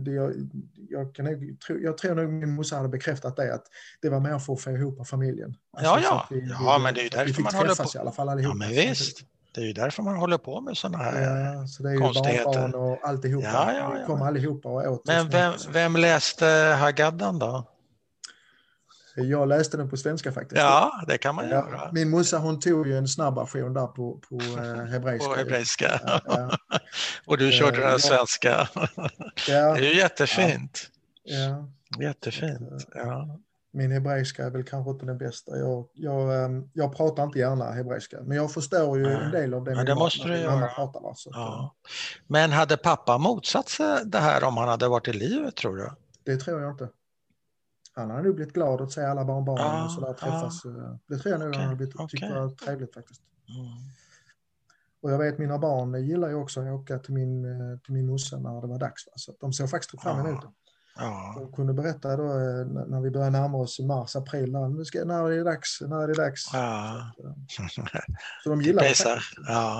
jag tror nog min morsa hade bekräftat det, att det var mer för att få ihop familjen. Alltså, men det är därför man håller på. I alla fall allihop. Ja, men visst. Det är ju därför man håller på med sådana här så det är ju konstigheter. barnbarn och alltihopa. Vi kom allihopa och åt. Men vem läste Haggaddan då? Jag läste den på svenska faktiskt. Ja, det kan man göra. Min morsa, hon tog ju en snabb version där på hebreiska. På hebreiska. Ja. Och du körde den svenska. Det är ju jättefint. Ja. Jättefint. Ja. Min hebreiska är väl kanske inte den bästa. Jag pratar inte gärna hebreiska, men jag förstår ju en del av det min mamma pratar. Men hade pappa motsatt sig det här om han hade varit i livet, tror du? Det tror jag inte. Han hade nog blivit glad att se alla barnbarnen och sådär träffas. Det tror jag nog han hade tyckt var trevligt faktiskt. Och jag vet mina barn gillar ju också att åka till min morsa när det var dags. Så att de såg faktiskt fram emot det. De kunde berätta då när vi började närma oss mars, april, när är det dags. Så de gillar det faktiskt.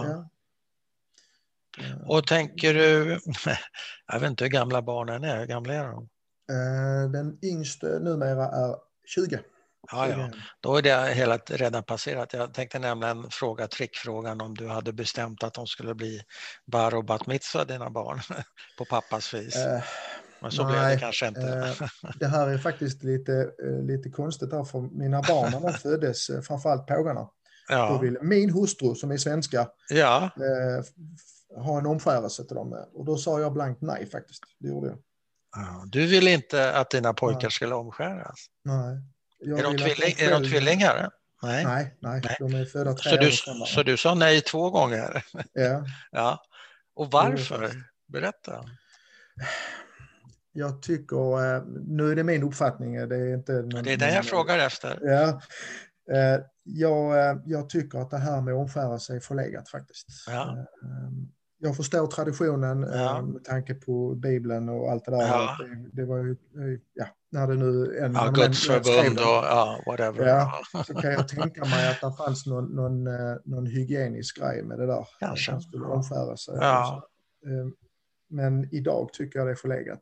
Och tänker du, jag vet inte hur gamla barnen är, hur gamla är de? Den yngste numera är 20. Ja. Då är det redan passerat. Jag tänkte nämligen trickfrågan om du hade bestämt att de skulle bli bar och bat mitzvah, dina barn, på pappas vis. Men så blev det kanske inte. Det här är faktiskt lite konstigt där, för mina barn när de föddes, framförallt pågarna. Då ville min hustru, som är svenska, ha en omskärelse till dem. Och då sa jag blankt nej faktiskt. Det gjorde jag. Du vill inte att dina pojkar skulle omskäras? Nej. Är de tvillingar? Nej, de är födda 3 år senare. Så du sa nej 2 gånger? Ja. Och varför? Berätta. Jag tycker, nu är det min uppfattning. Det är inte det är det jag frågar efter. Ja. Jag tycker att det här med omskärelse är förlegat faktiskt. Ja. Jag förstår traditionen med tanke på Bibeln och allt det där. Ja. Det var ju, när det nu... Guds förbund och whatever. Ja, så kan jag tänka mig att det fanns någon hygienisk grej med det där. Kanske. Att man skulle omskära sig. Ja. Men idag tycker jag det är förlegat.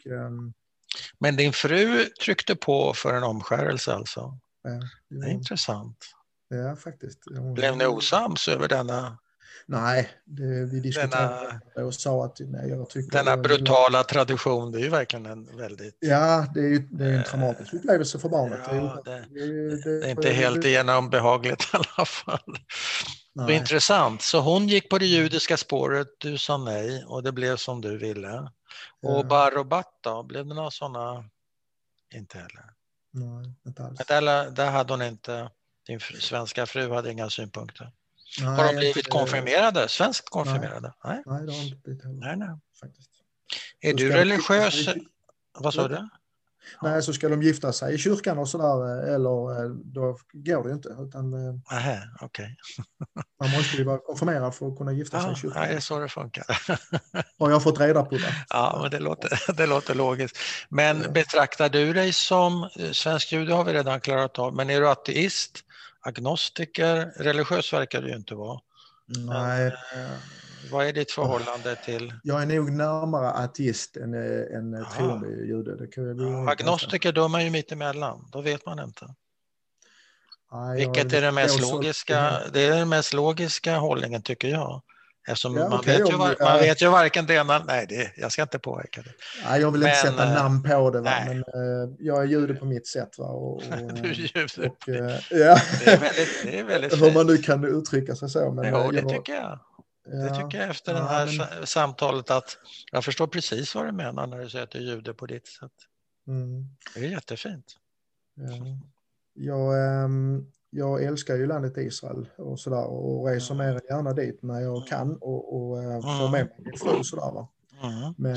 Men din fru tryckte på för en omskärelse alltså? Ja, det är intressant. Ja, faktiskt. Blev ni osams över denna? Nej, vi diskuterade och sa att jag tycker... Denna brutala tradition, det är ju verkligen en väldigt... Ja, det är en traumatisk upplevelse för barnet. Ja, det är inte helt igenom behagligt i alla fall. Så intressant. Så hon gick på det judiska spåret, du sa nej och det blev som du ville. Och bar och bat då, blev det några sådana? Inte heller. Nej, inte alls. Men där hade hon inte, din svenska fru hade inga synpunkter. Nej, har de blivit konfirmerade? Svenskt konfirmerade? Nej, det har inte blivit heller. Nej. Faktiskt. Är du religiös? Vad sa du? Nej, så ska de gifta sig i kyrkan och sådär, eller då går det inte. Okej. Man måste ju vara konfirmerad för att kunna gifta sig i kyrkan. Ja, det är så det funkar. Har jag fått reda på det. Ja, men det låter logiskt. Men betraktar du dig som, svensk jude har vi redan klarat av, men är du ateist, agnostiker, religiös verkar du ju inte vara. Nej. Vad är ditt förhållande till? Jag är nog närmare ateist än troende jude. Agnostiker, då är man ju mitt emellan. Då vet man inte. Vilket är den mest logiska? Det är den mest logiska hållningen tycker jag. Eftersom man vet ju varken det ena... Nej, jag ska inte påverka det. Nej, jag vill inte sätta namn på det. Men jag är jude på mitt sätt. Va? Du är jude. Det är väldigt hur man nu kan uttrycka sig så. Men, det tycker jag. Det tycker jag efter det här samtalet att jag förstår precis vad du menar när du säger att du är jude på ditt sätt. Det är jättefint. Jag älskar ju landet Israel och sådär och reser mer gärna dit när jag kan och får med mig min fru sådär va. Men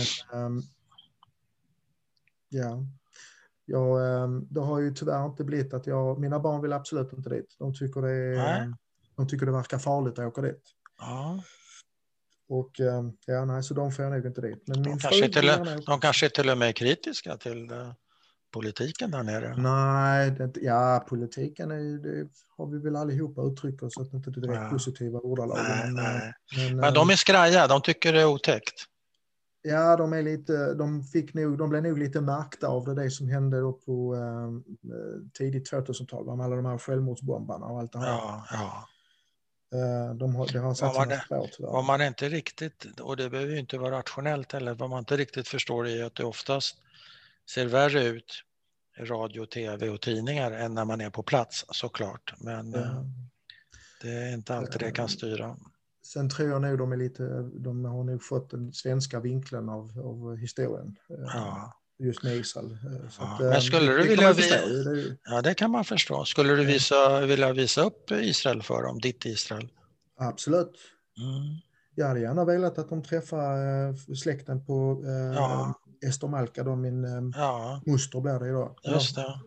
det har ju tyvärr inte blivit att mina barn vill absolut inte dit. De tycker det verkar farligt att åka dit. Ja. Och så de får jag nog inte dit. Men de kanske är till och med kritiska till politiken där nere. Nej, politiken det har vi väl allihopa uttryckt oss att inte direkt positiva ordalag. Men de är skraja, de tycker det är otäckt. Ja, de blev nog lite märkta av det som hände då på tidigt 2000-tal med alla de här självmordsbombarna och allt det här. Ja. Det har satt sina spår tyvärr. Vad man inte riktigt, och det behöver ju inte vara rationellt eller vad man inte riktigt förstår är att det oftast ser värre ut i radio, tv och tidningar än när man är på plats, såklart. Men det är inte alltid det kan styra. Sen tror jag nog de har nog fått den svenska vinkeln av historien. Just med Israel. Så att, men skulle du vilja ja, det kan man förstå. Skulle du vilja visa upp Israel för dem, ditt Israel? Absolut. Jag hade gärna velat att de träffar släkten på Ester Malka, då min moster blir det idag. Just det.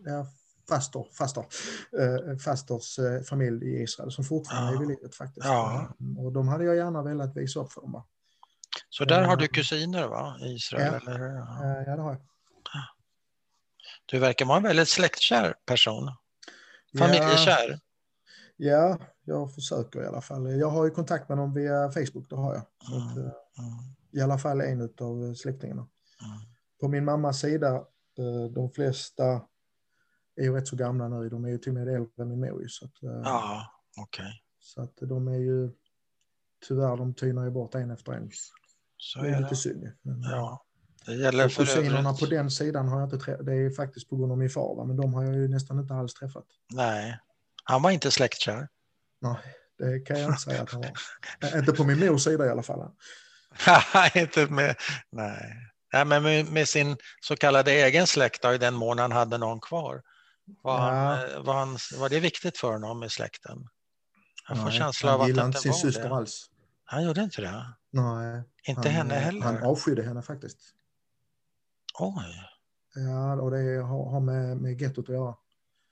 Fasters familj i Israel som fortfarande är vid livet faktiskt. Och de hade jag gärna velat visa upp för dem. Så där har du kusiner, va? I Israel? Eller? Ja, det har jag. Du verkar vara en väldigt släktkär person. Familjekär. Ja, jag försöker i alla fall. Jag har ju kontakt med dem via Facebook, det har jag. Så att, i alla fall en av släktingarna. På min mammas sida, de flesta är ju rätt så gamla nu. De är ju till och med äldre än min mor. Så att, okej. Så att de är ju, tyvärr, de tynar ju bort en efter en. Så det är lite synd. Men, det gäller för kusinerna på den sidan har jag inte träffat. Det är faktiskt på grund av min far, va? Men de har jag ju nästan inte alls träffat. Nej, han var inte släktkär. Nej, det kan jag inte säga att han var. Inte på min mors sida i alla fall. Inte med, nej. Ja, men med sin så kallade egen släkt, i den mån han hade någon kvar. Var det viktigt för honom med släkten? Jag får känsla av att det inte sin var syster det. Alls. Han gjorde inte det? Nej. Inte henne heller? Han avskydde henne faktiskt. Oj. Ja, och det har med gettot att göra.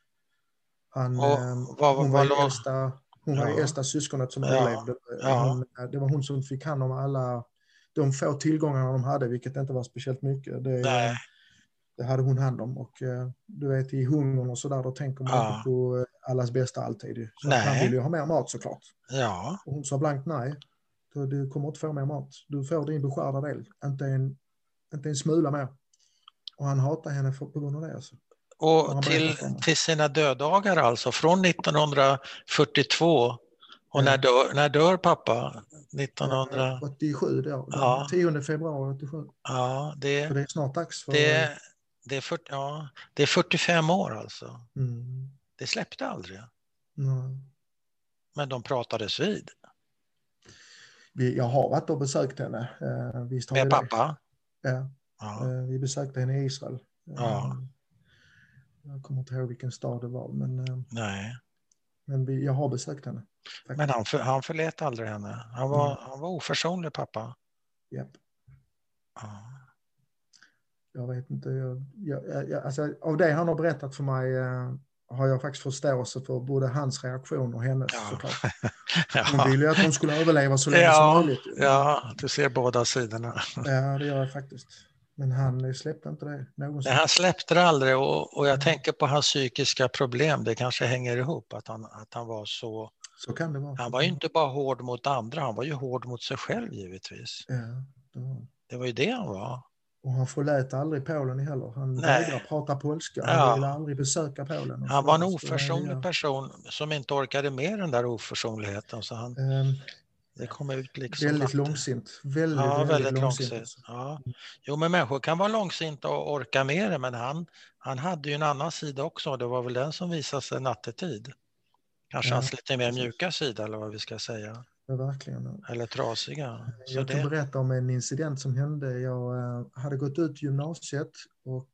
Hon var ju äldsta syskonet som överlevde. Det var hon som fick hand om alla de få tillgångarna de hade, vilket inte var speciellt mycket. Det hade hon hand om. Och du vet, i hungern och sådär, då tänker man inte på allas bästa alltid. Så han ville ju ha mer mat såklart. Ja. Och hon sa blankt nej. Du kommer inte få mer mat. Du får din beskärda del. Inte en smula mer. Och han hatar henne på grund av det. Alltså. Och till sina döddagar alltså, från 1942. Och när dör pappa? 87 då. 10 februari 87. Ja, så det är snart dags för... Det är 45 år alltså. Det släppte aldrig. Men de pratades vid. Jag har varit och besökt henne. Visst har med pappa? Ja. Vi besökte henne i Israel. Jag kommer inte ihåg vilken stad det var. Men jag har besökt henne. Faktiskt. Men han förlät aldrig henne. Han var oförsonlig, pappa. Japp. Jag vet inte. Alltså, av det han har berättat för mig har jag faktiskt förståelse för både hans reaktion och hennes, såklart. Hon ville ju att hon skulle överleva så länge som möjligt. Ja, du ser båda sidorna. Ja, det gör jag faktiskt. Men han släppte inte det någonsin. Nej, han släppte det aldrig och jag tänker på hans psykiska problem. Det kanske hänger ihop att han var så... Så kan det vara. Han var ju inte bara hård mot andra, han var ju hård mot sig själv givetvis. Ja, det var ju det han var. Och han förlät aldrig Polen heller. Han vägrade prata polska. Han ville aldrig besöka Polen. Han var en oförsonlig person som inte orkade med den där oförsonligheten. Så det kom ut liksom. Väldigt långsint. Väldigt långsint. Ja. Jo, men människor kan vara långsinta och orka med det. Men han hade ju en annan sida också. Det var väl den som visade sig nattetid. Kanske hans lite mer mjuka sida eller vad vi ska säga. Ja, verkligen. Eller trasiga. Jag kan berätta om en incident som hände. Jag hade gått ut gymnasiet och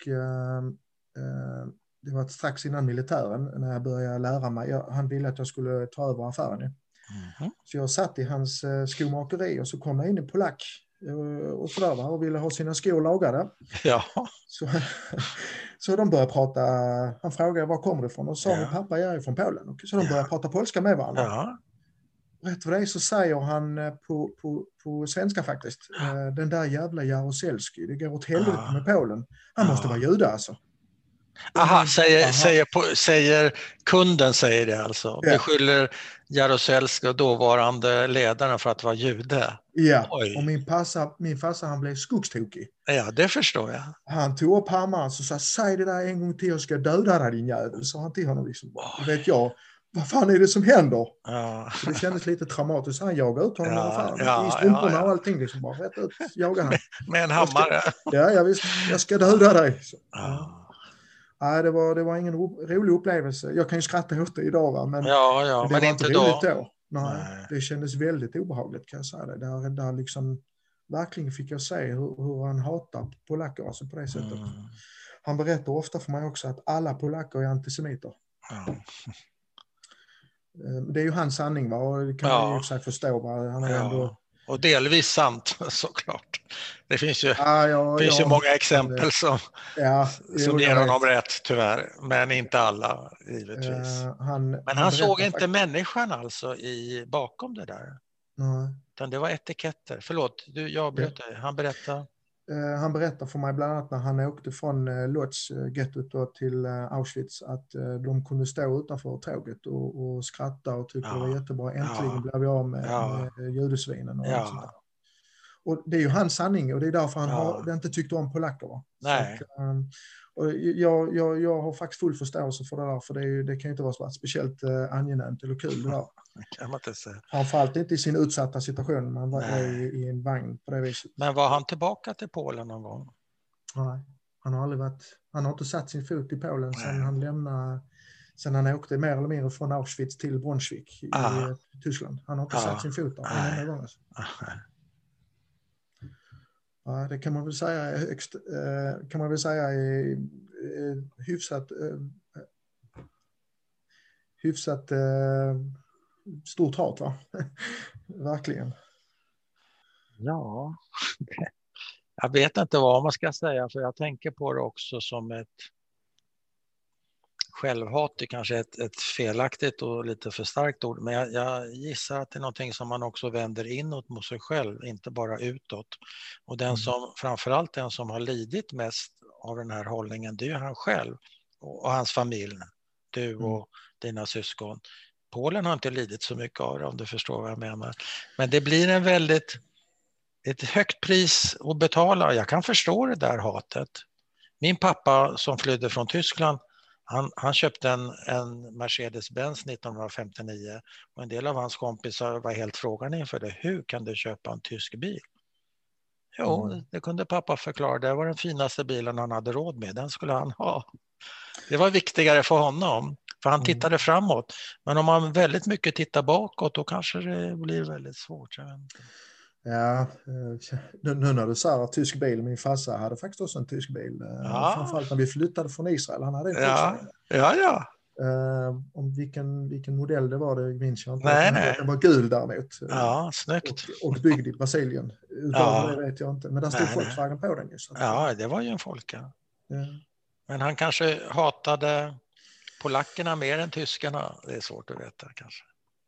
det var strax innan militären när jag började lära mig. Han ville att jag skulle ta över affären. Så jag satt i hans skomakeri och så kom det in en polack och sådär och ville ha sina skor lagade. Ja. Så de började prata. Han frågade var kommer du ifrån och sa min pappa jag är från Polen. Och så de började prata polska med varandra. Ja. Rätt vad det är så säger han på svenska faktiskt. Den där jävla Jaroselski, det går åt helvete med Polen. Han måste vara jude alltså. Aha, säger kunden säger det alltså. Beskyller Jaroselski och dåvarande ledaren för att vara jude. Ja, och min farsa han blev skogstokig. Ja, det förstår jag. Han tog upp hammaren och sa, säg det där en gång till, jag ska döda dig din jävel. Så han till honom liksom, vet jag. vad fan är det som händer? Ja. Så det kändes lite traumatiskt. Han jagade ut honom i alla fall. Ja, I strumporna och allting. Liksom bara rätt ut jagade han. Med en hammare. Ja, visst. Jag ska döda dig. Ja. Nej, det var ingen rolig upplevelse. Jag kan ju skratta åt det idag, va? Men, men det var inte roligt då. Nej. Det kändes väldigt obehagligt, kan jag säga det. Där liksom, verkligen fick jag se hur han hatar polacker, alltså på det sättet. Han berättar ofta för mig också att alla polacker är antisemiter. Ja. Det är ju hans sanning, va? Och det kan man ju sig förstå. Va? Han är ändå... Och delvis sant, såklart. Det finns ju många exempel som ger honom rätt, tyvärr. Men inte alla, givetvis. Men han såg inte människan alltså bakom det där. Nej. Utan det var etiketter. Förlåt, jag bröt dig. Han berättar. Han berättar för mig bland annat när han åkte från Lodz gettot till Auschwitz att de kunde stå utanför tåget och skratta och tyckte det var jättebra. Äntligen blev vi av med judesvinen och sånt där. Och det är ju hans sanning och det är därför han inte tyckte om polacker. Va? Nej. Så att, och jag har faktiskt full förståelse för det där, för det kan ju inte vara speciellt angenämt eller kul det där. Kan man inte säga. Framförallt inte i sin utsatta situation, man var i en vagn på det viset. Men var han tillbaka till Polen någon gång? Nej, han har inte satt sin fot i Polen sen han åkte mer eller mindre från Auschwitz till Brunswick i Tyskland. Han har inte satt sin fot där en enda gång. Alltså. Ja, det kan man väl säga är hyfsat stort hat, va? Verkligen. Ja, jag vet inte vad man ska säga, för jag tänker på det också som ett självhat. Det kanske är ett felaktigt och lite för starkt ord, men jag gissar att det är någonting som man också vänder inåt mot sig själv, inte bara utåt. Och framförallt den som har lidit mest av den här hållningen, det är ju han själv och hans familj, du och dina syskon. Polen har inte lidit så mycket av det, om du förstår vad jag menar. Men det blir ett högt pris att betala. Jag kan förstå det där hatet. Min pappa som flydde från Tyskland, han köpte en Mercedes-Benz 1959 och en del av hans kompisar var helt frågan inför det. Hur kan du köpa en tysk bil? Jo, det kunde pappa förklara. Det var den finaste bilen han hade råd med. Den skulle han ha. Det var viktigare för honom, för han tittade framåt. Men om man väldigt mycket tittar bakåt, då kanske det blir väldigt svårt. Jag vet inte. Ja, nu när du sa tysk bil, min farsa hade faktiskt också en tysk bil. Framförallt när vi flyttade från Israel. Han hade en Volkswagen. Ja. Om vilken modell det var, det minns jag inte. Nej. Den var gul däremot. Ja, snyggt. Och byggd i Brasilien. Utöver det vet jag inte. Men där stod Volkswagen på den. Just. Ja, det var ju en Volkswagen. Men han kanske hatade polackerna mer än tyskarna. Det är svårt att veta kanske.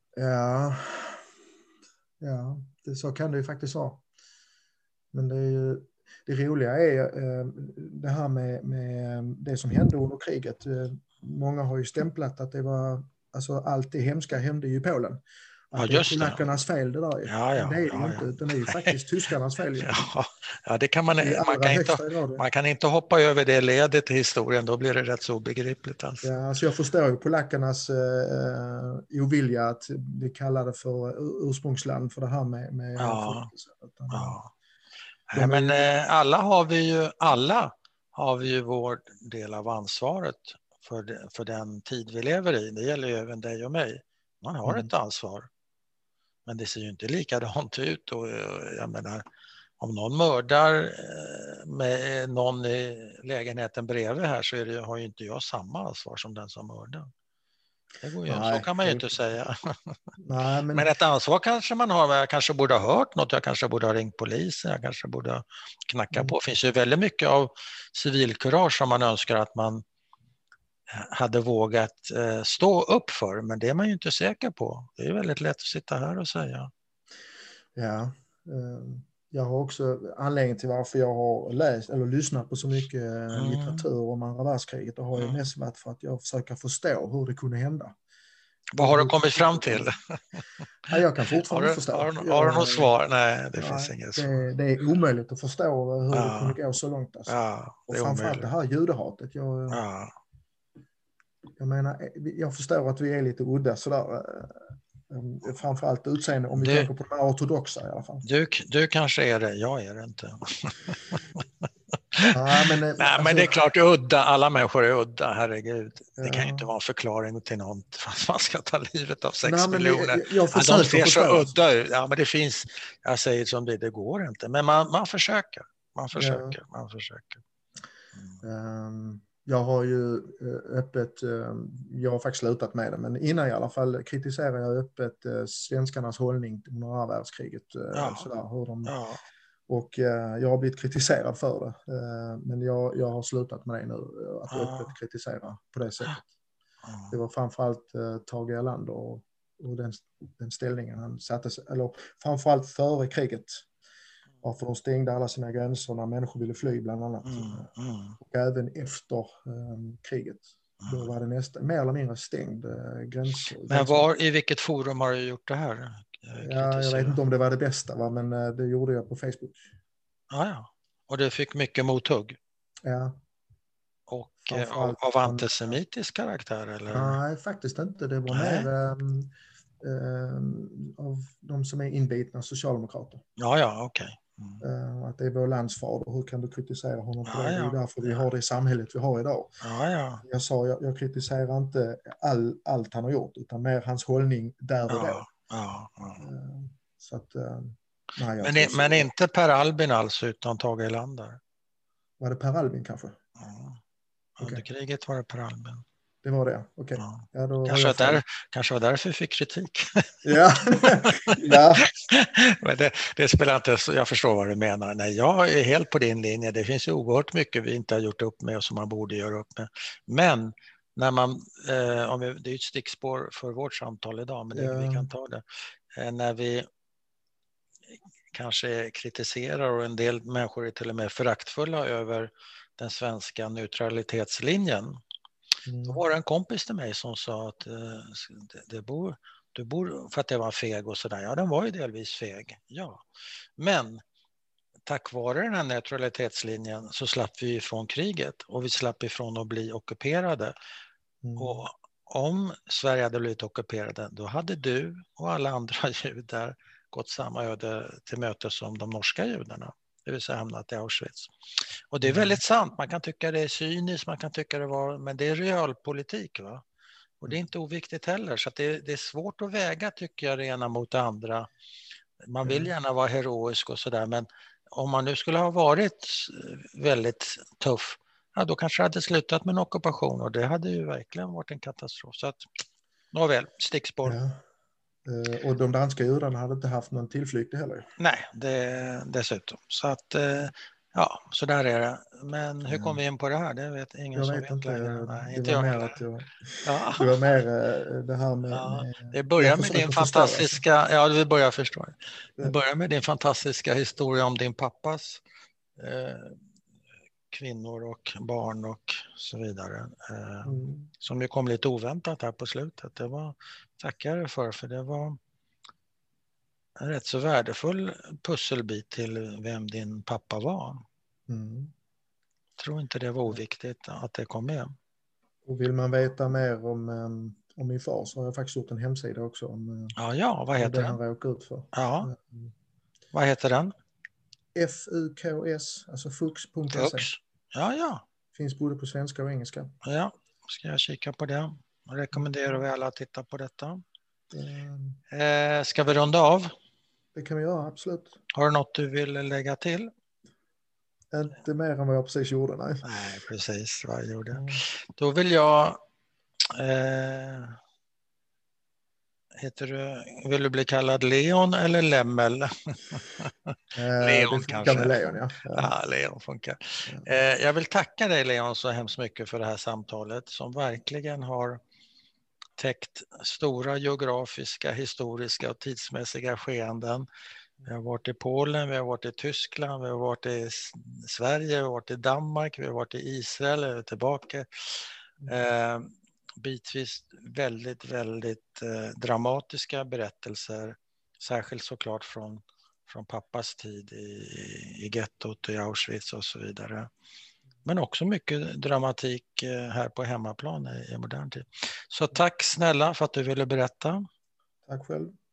Ja, så kan det ju faktiskt vara. Men det roliga är det här med det som hände under kriget. Många har ju stämplat att det var, alltså allt det hemska hände ju i Polen. Att det är polackernas fel det där. Ja. Det är det inte, utan det är ju faktiskt tyskarnas fel. Ja, det kan man kan inte hoppa över det ledet i historien, då blir det rätt så obegripligt. Alltså. Ja, alltså jag förstår ju polackernas ovilja att bli kallade för ursprungsland för det här med men alla har vi ju vår del av ansvaret för den tid vi lever i. Det gäller ju även dig och mig. Man har ett ansvar. Men det ser ju inte likadant ut. Och jag menar, om någon mördar med någon i lägenheten bredvid här, så har ju inte jag samma ansvar som den som mördar. Det går ju, så kan man ju inte säga. Nej, men ett ansvar kanske man har. Jag kanske borde ha hört något. Jag kanske borde ha ringt polisen. Jag kanske borde ha knackat på. Det finns ju väldigt mycket av civilkurage som man önskar att man hade vågat stå upp för, men det är man ju inte säker på. Det är väldigt lätt att sitta här och säga. Ja, jag har också anledning till varför jag har läst eller lyssnat på så mycket litteratur om andra världskriget, och har ju mest varit för att jag försöker förstå hur det kunde hända. Vad har du kommit fram till? Ja, jag kan fortfarande förstå. Har du något svar? Nej, det finns inget svar. Det är omöjligt att förstå hur det kunde gå så långt. Alltså. Ja, och framförallt det här judehatet. jag menar, jag förstår att vi är lite udda sådär. Framförallt utseende, om vi tänker på de här ortodoxa i alla fall. Du kanske är det, jag är det inte. Nej, men det är klart, udda, alla människor är udda, herregud. Det kan ju inte vara en förklaring till något för att man ska ta livet av 6 miljoner. De ser så udda ut. Ja, men det finns, jag säger som det går inte. Men man försöker. Man försöker. Jag har ju öppet, jag har faktiskt slutat med det, men innan i alla fall kritiserar jag öppet svenskarnas hållning under andra världskriget. Sådär, hur de, och jag har blivit kritiserad för det, men jag har slutat med det nu, att öppet kritisera på det sättet. Det var framförallt Tage Erlander och den ställningen han satte sig, eller framförallt före kriget. Varför de stängde alla sina gränser när människor ville fly bland annat. Och även efter kriget. Då var det mer eller mindre stängd gräns. Men i vilket forum har du gjort det här? Jag vet inte om det var det bästa, men det gjorde jag på Facebook. Ja. Och det fick mycket mothugg? Ja. Och av antisemitisk karaktär? Eller? Nej, faktiskt inte. Det var mer av de som är inbitna socialdemokrater. Ja, okej. Att det är vår landsfader, hur kan du kritisera honom på det? Det är därför vi har det samhället vi har idag. Jag sa, jag kritiserar inte allt han har gjort, utan mer hans hållning där och då. Så att, men inte Per Albin alltså, utan Tage Erlander? Var det Per Albin kanske? Under kriget var det Per Albin. Det var det, okej. Kanske var därför vi fick kritik. Ja. Men det spelar inte, jag förstår vad du menar. Nej, jag är helt på din linje. Det finns ju oerhört mycket vi inte har gjort upp med och som man borde göra upp med. Men när man, det är ett stickspår för vårt samtal idag, men vi kan ta det. När vi kanske kritiserar och en del människor är till och med föraktfulla över den svenska neutralitetslinjen. Då var det en kompis till mig som sa att du bor för att det var feg och sådär. Ja, den var ju delvis feg. Ja. Men tack vare den här neutralitetslinjen så slapp vi ifrån kriget och vi slapp ifrån att bli ockuperade. Och om Sverige hade blivit ockuperade, då hade du och alla andra judar gått samma öde till möte som de norska judarna. Det vill säga hamnat i Auschwitz. Och det är väldigt sant. Man kan tycka det är cyniskt, man kan tycka det var, men det är realpolitik, va? Och det är inte oviktigt heller. Så att det är svårt att väga, tycker jag, det ena mot det andra. Man vill gärna vara heroisk och sådär, men om man nu skulle ha varit väldigt tuff, ja, då kanske det hade slutat med en ockupation och det hade ju verkligen varit en katastrof. Så att, nåväl, stickspår. Ja. Och de danska judarna hade inte haft någon tillflykt heller. Nej, dessutom. Så att, så där är det. Men hur kom vi in på det här? Det vet ingen som vet längre. Nej, inte jag heller. Det var mer det här med... Det börjar med din fantastiska... vi börjar förstå. Det börjar med din fantastiska historia om din pappas kvinnor och barn och så vidare. Som ju kom lite oväntat här på slutet. Det var tackar jag för det var en rätt så värdefull pusselbit till vem din pappa var. Jag tror inte det var oviktigt att det kom med. Och vill man veta mer om min far så har jag faktiskt gjort en hemsida också om vad heter det den? han råkade ut för. Ja. Vad heter den? FUKS, alltså fux.se. Fux. Ja. Finns både på svenska och engelska. Ja, ska jag kika på det. Jag rekommenderar vi alla att titta på detta. Ska vi runda av? Det kan vi göra, absolut. Har du något du vill lägga till? Inte mer än vad jag precis gjorde, nej. Nej, precis vad jag gjorde. Då vill jag... vill du bli kallad Leon eller Lemmel? Leon kanske. Leon, ja, Leon funkar. Jag vill tacka dig, Leon, så hemskt mycket för det här samtalet som verkligen har täckt stora geografiska, historiska och tidsmässiga skeenden. Vi har varit i Polen, vi har varit i Tyskland, vi har varit i Sverige, vi har varit i Danmark, vi har varit i Israel, vi är tillbaka. Bitvis väldigt, väldigt dramatiska berättelser, särskilt såklart från pappas tid i gettot och i Auschwitz och så vidare. Men också mycket dramatik här på hemmaplan i modern tid. Så tack snälla för att du ville berätta. Tack själv.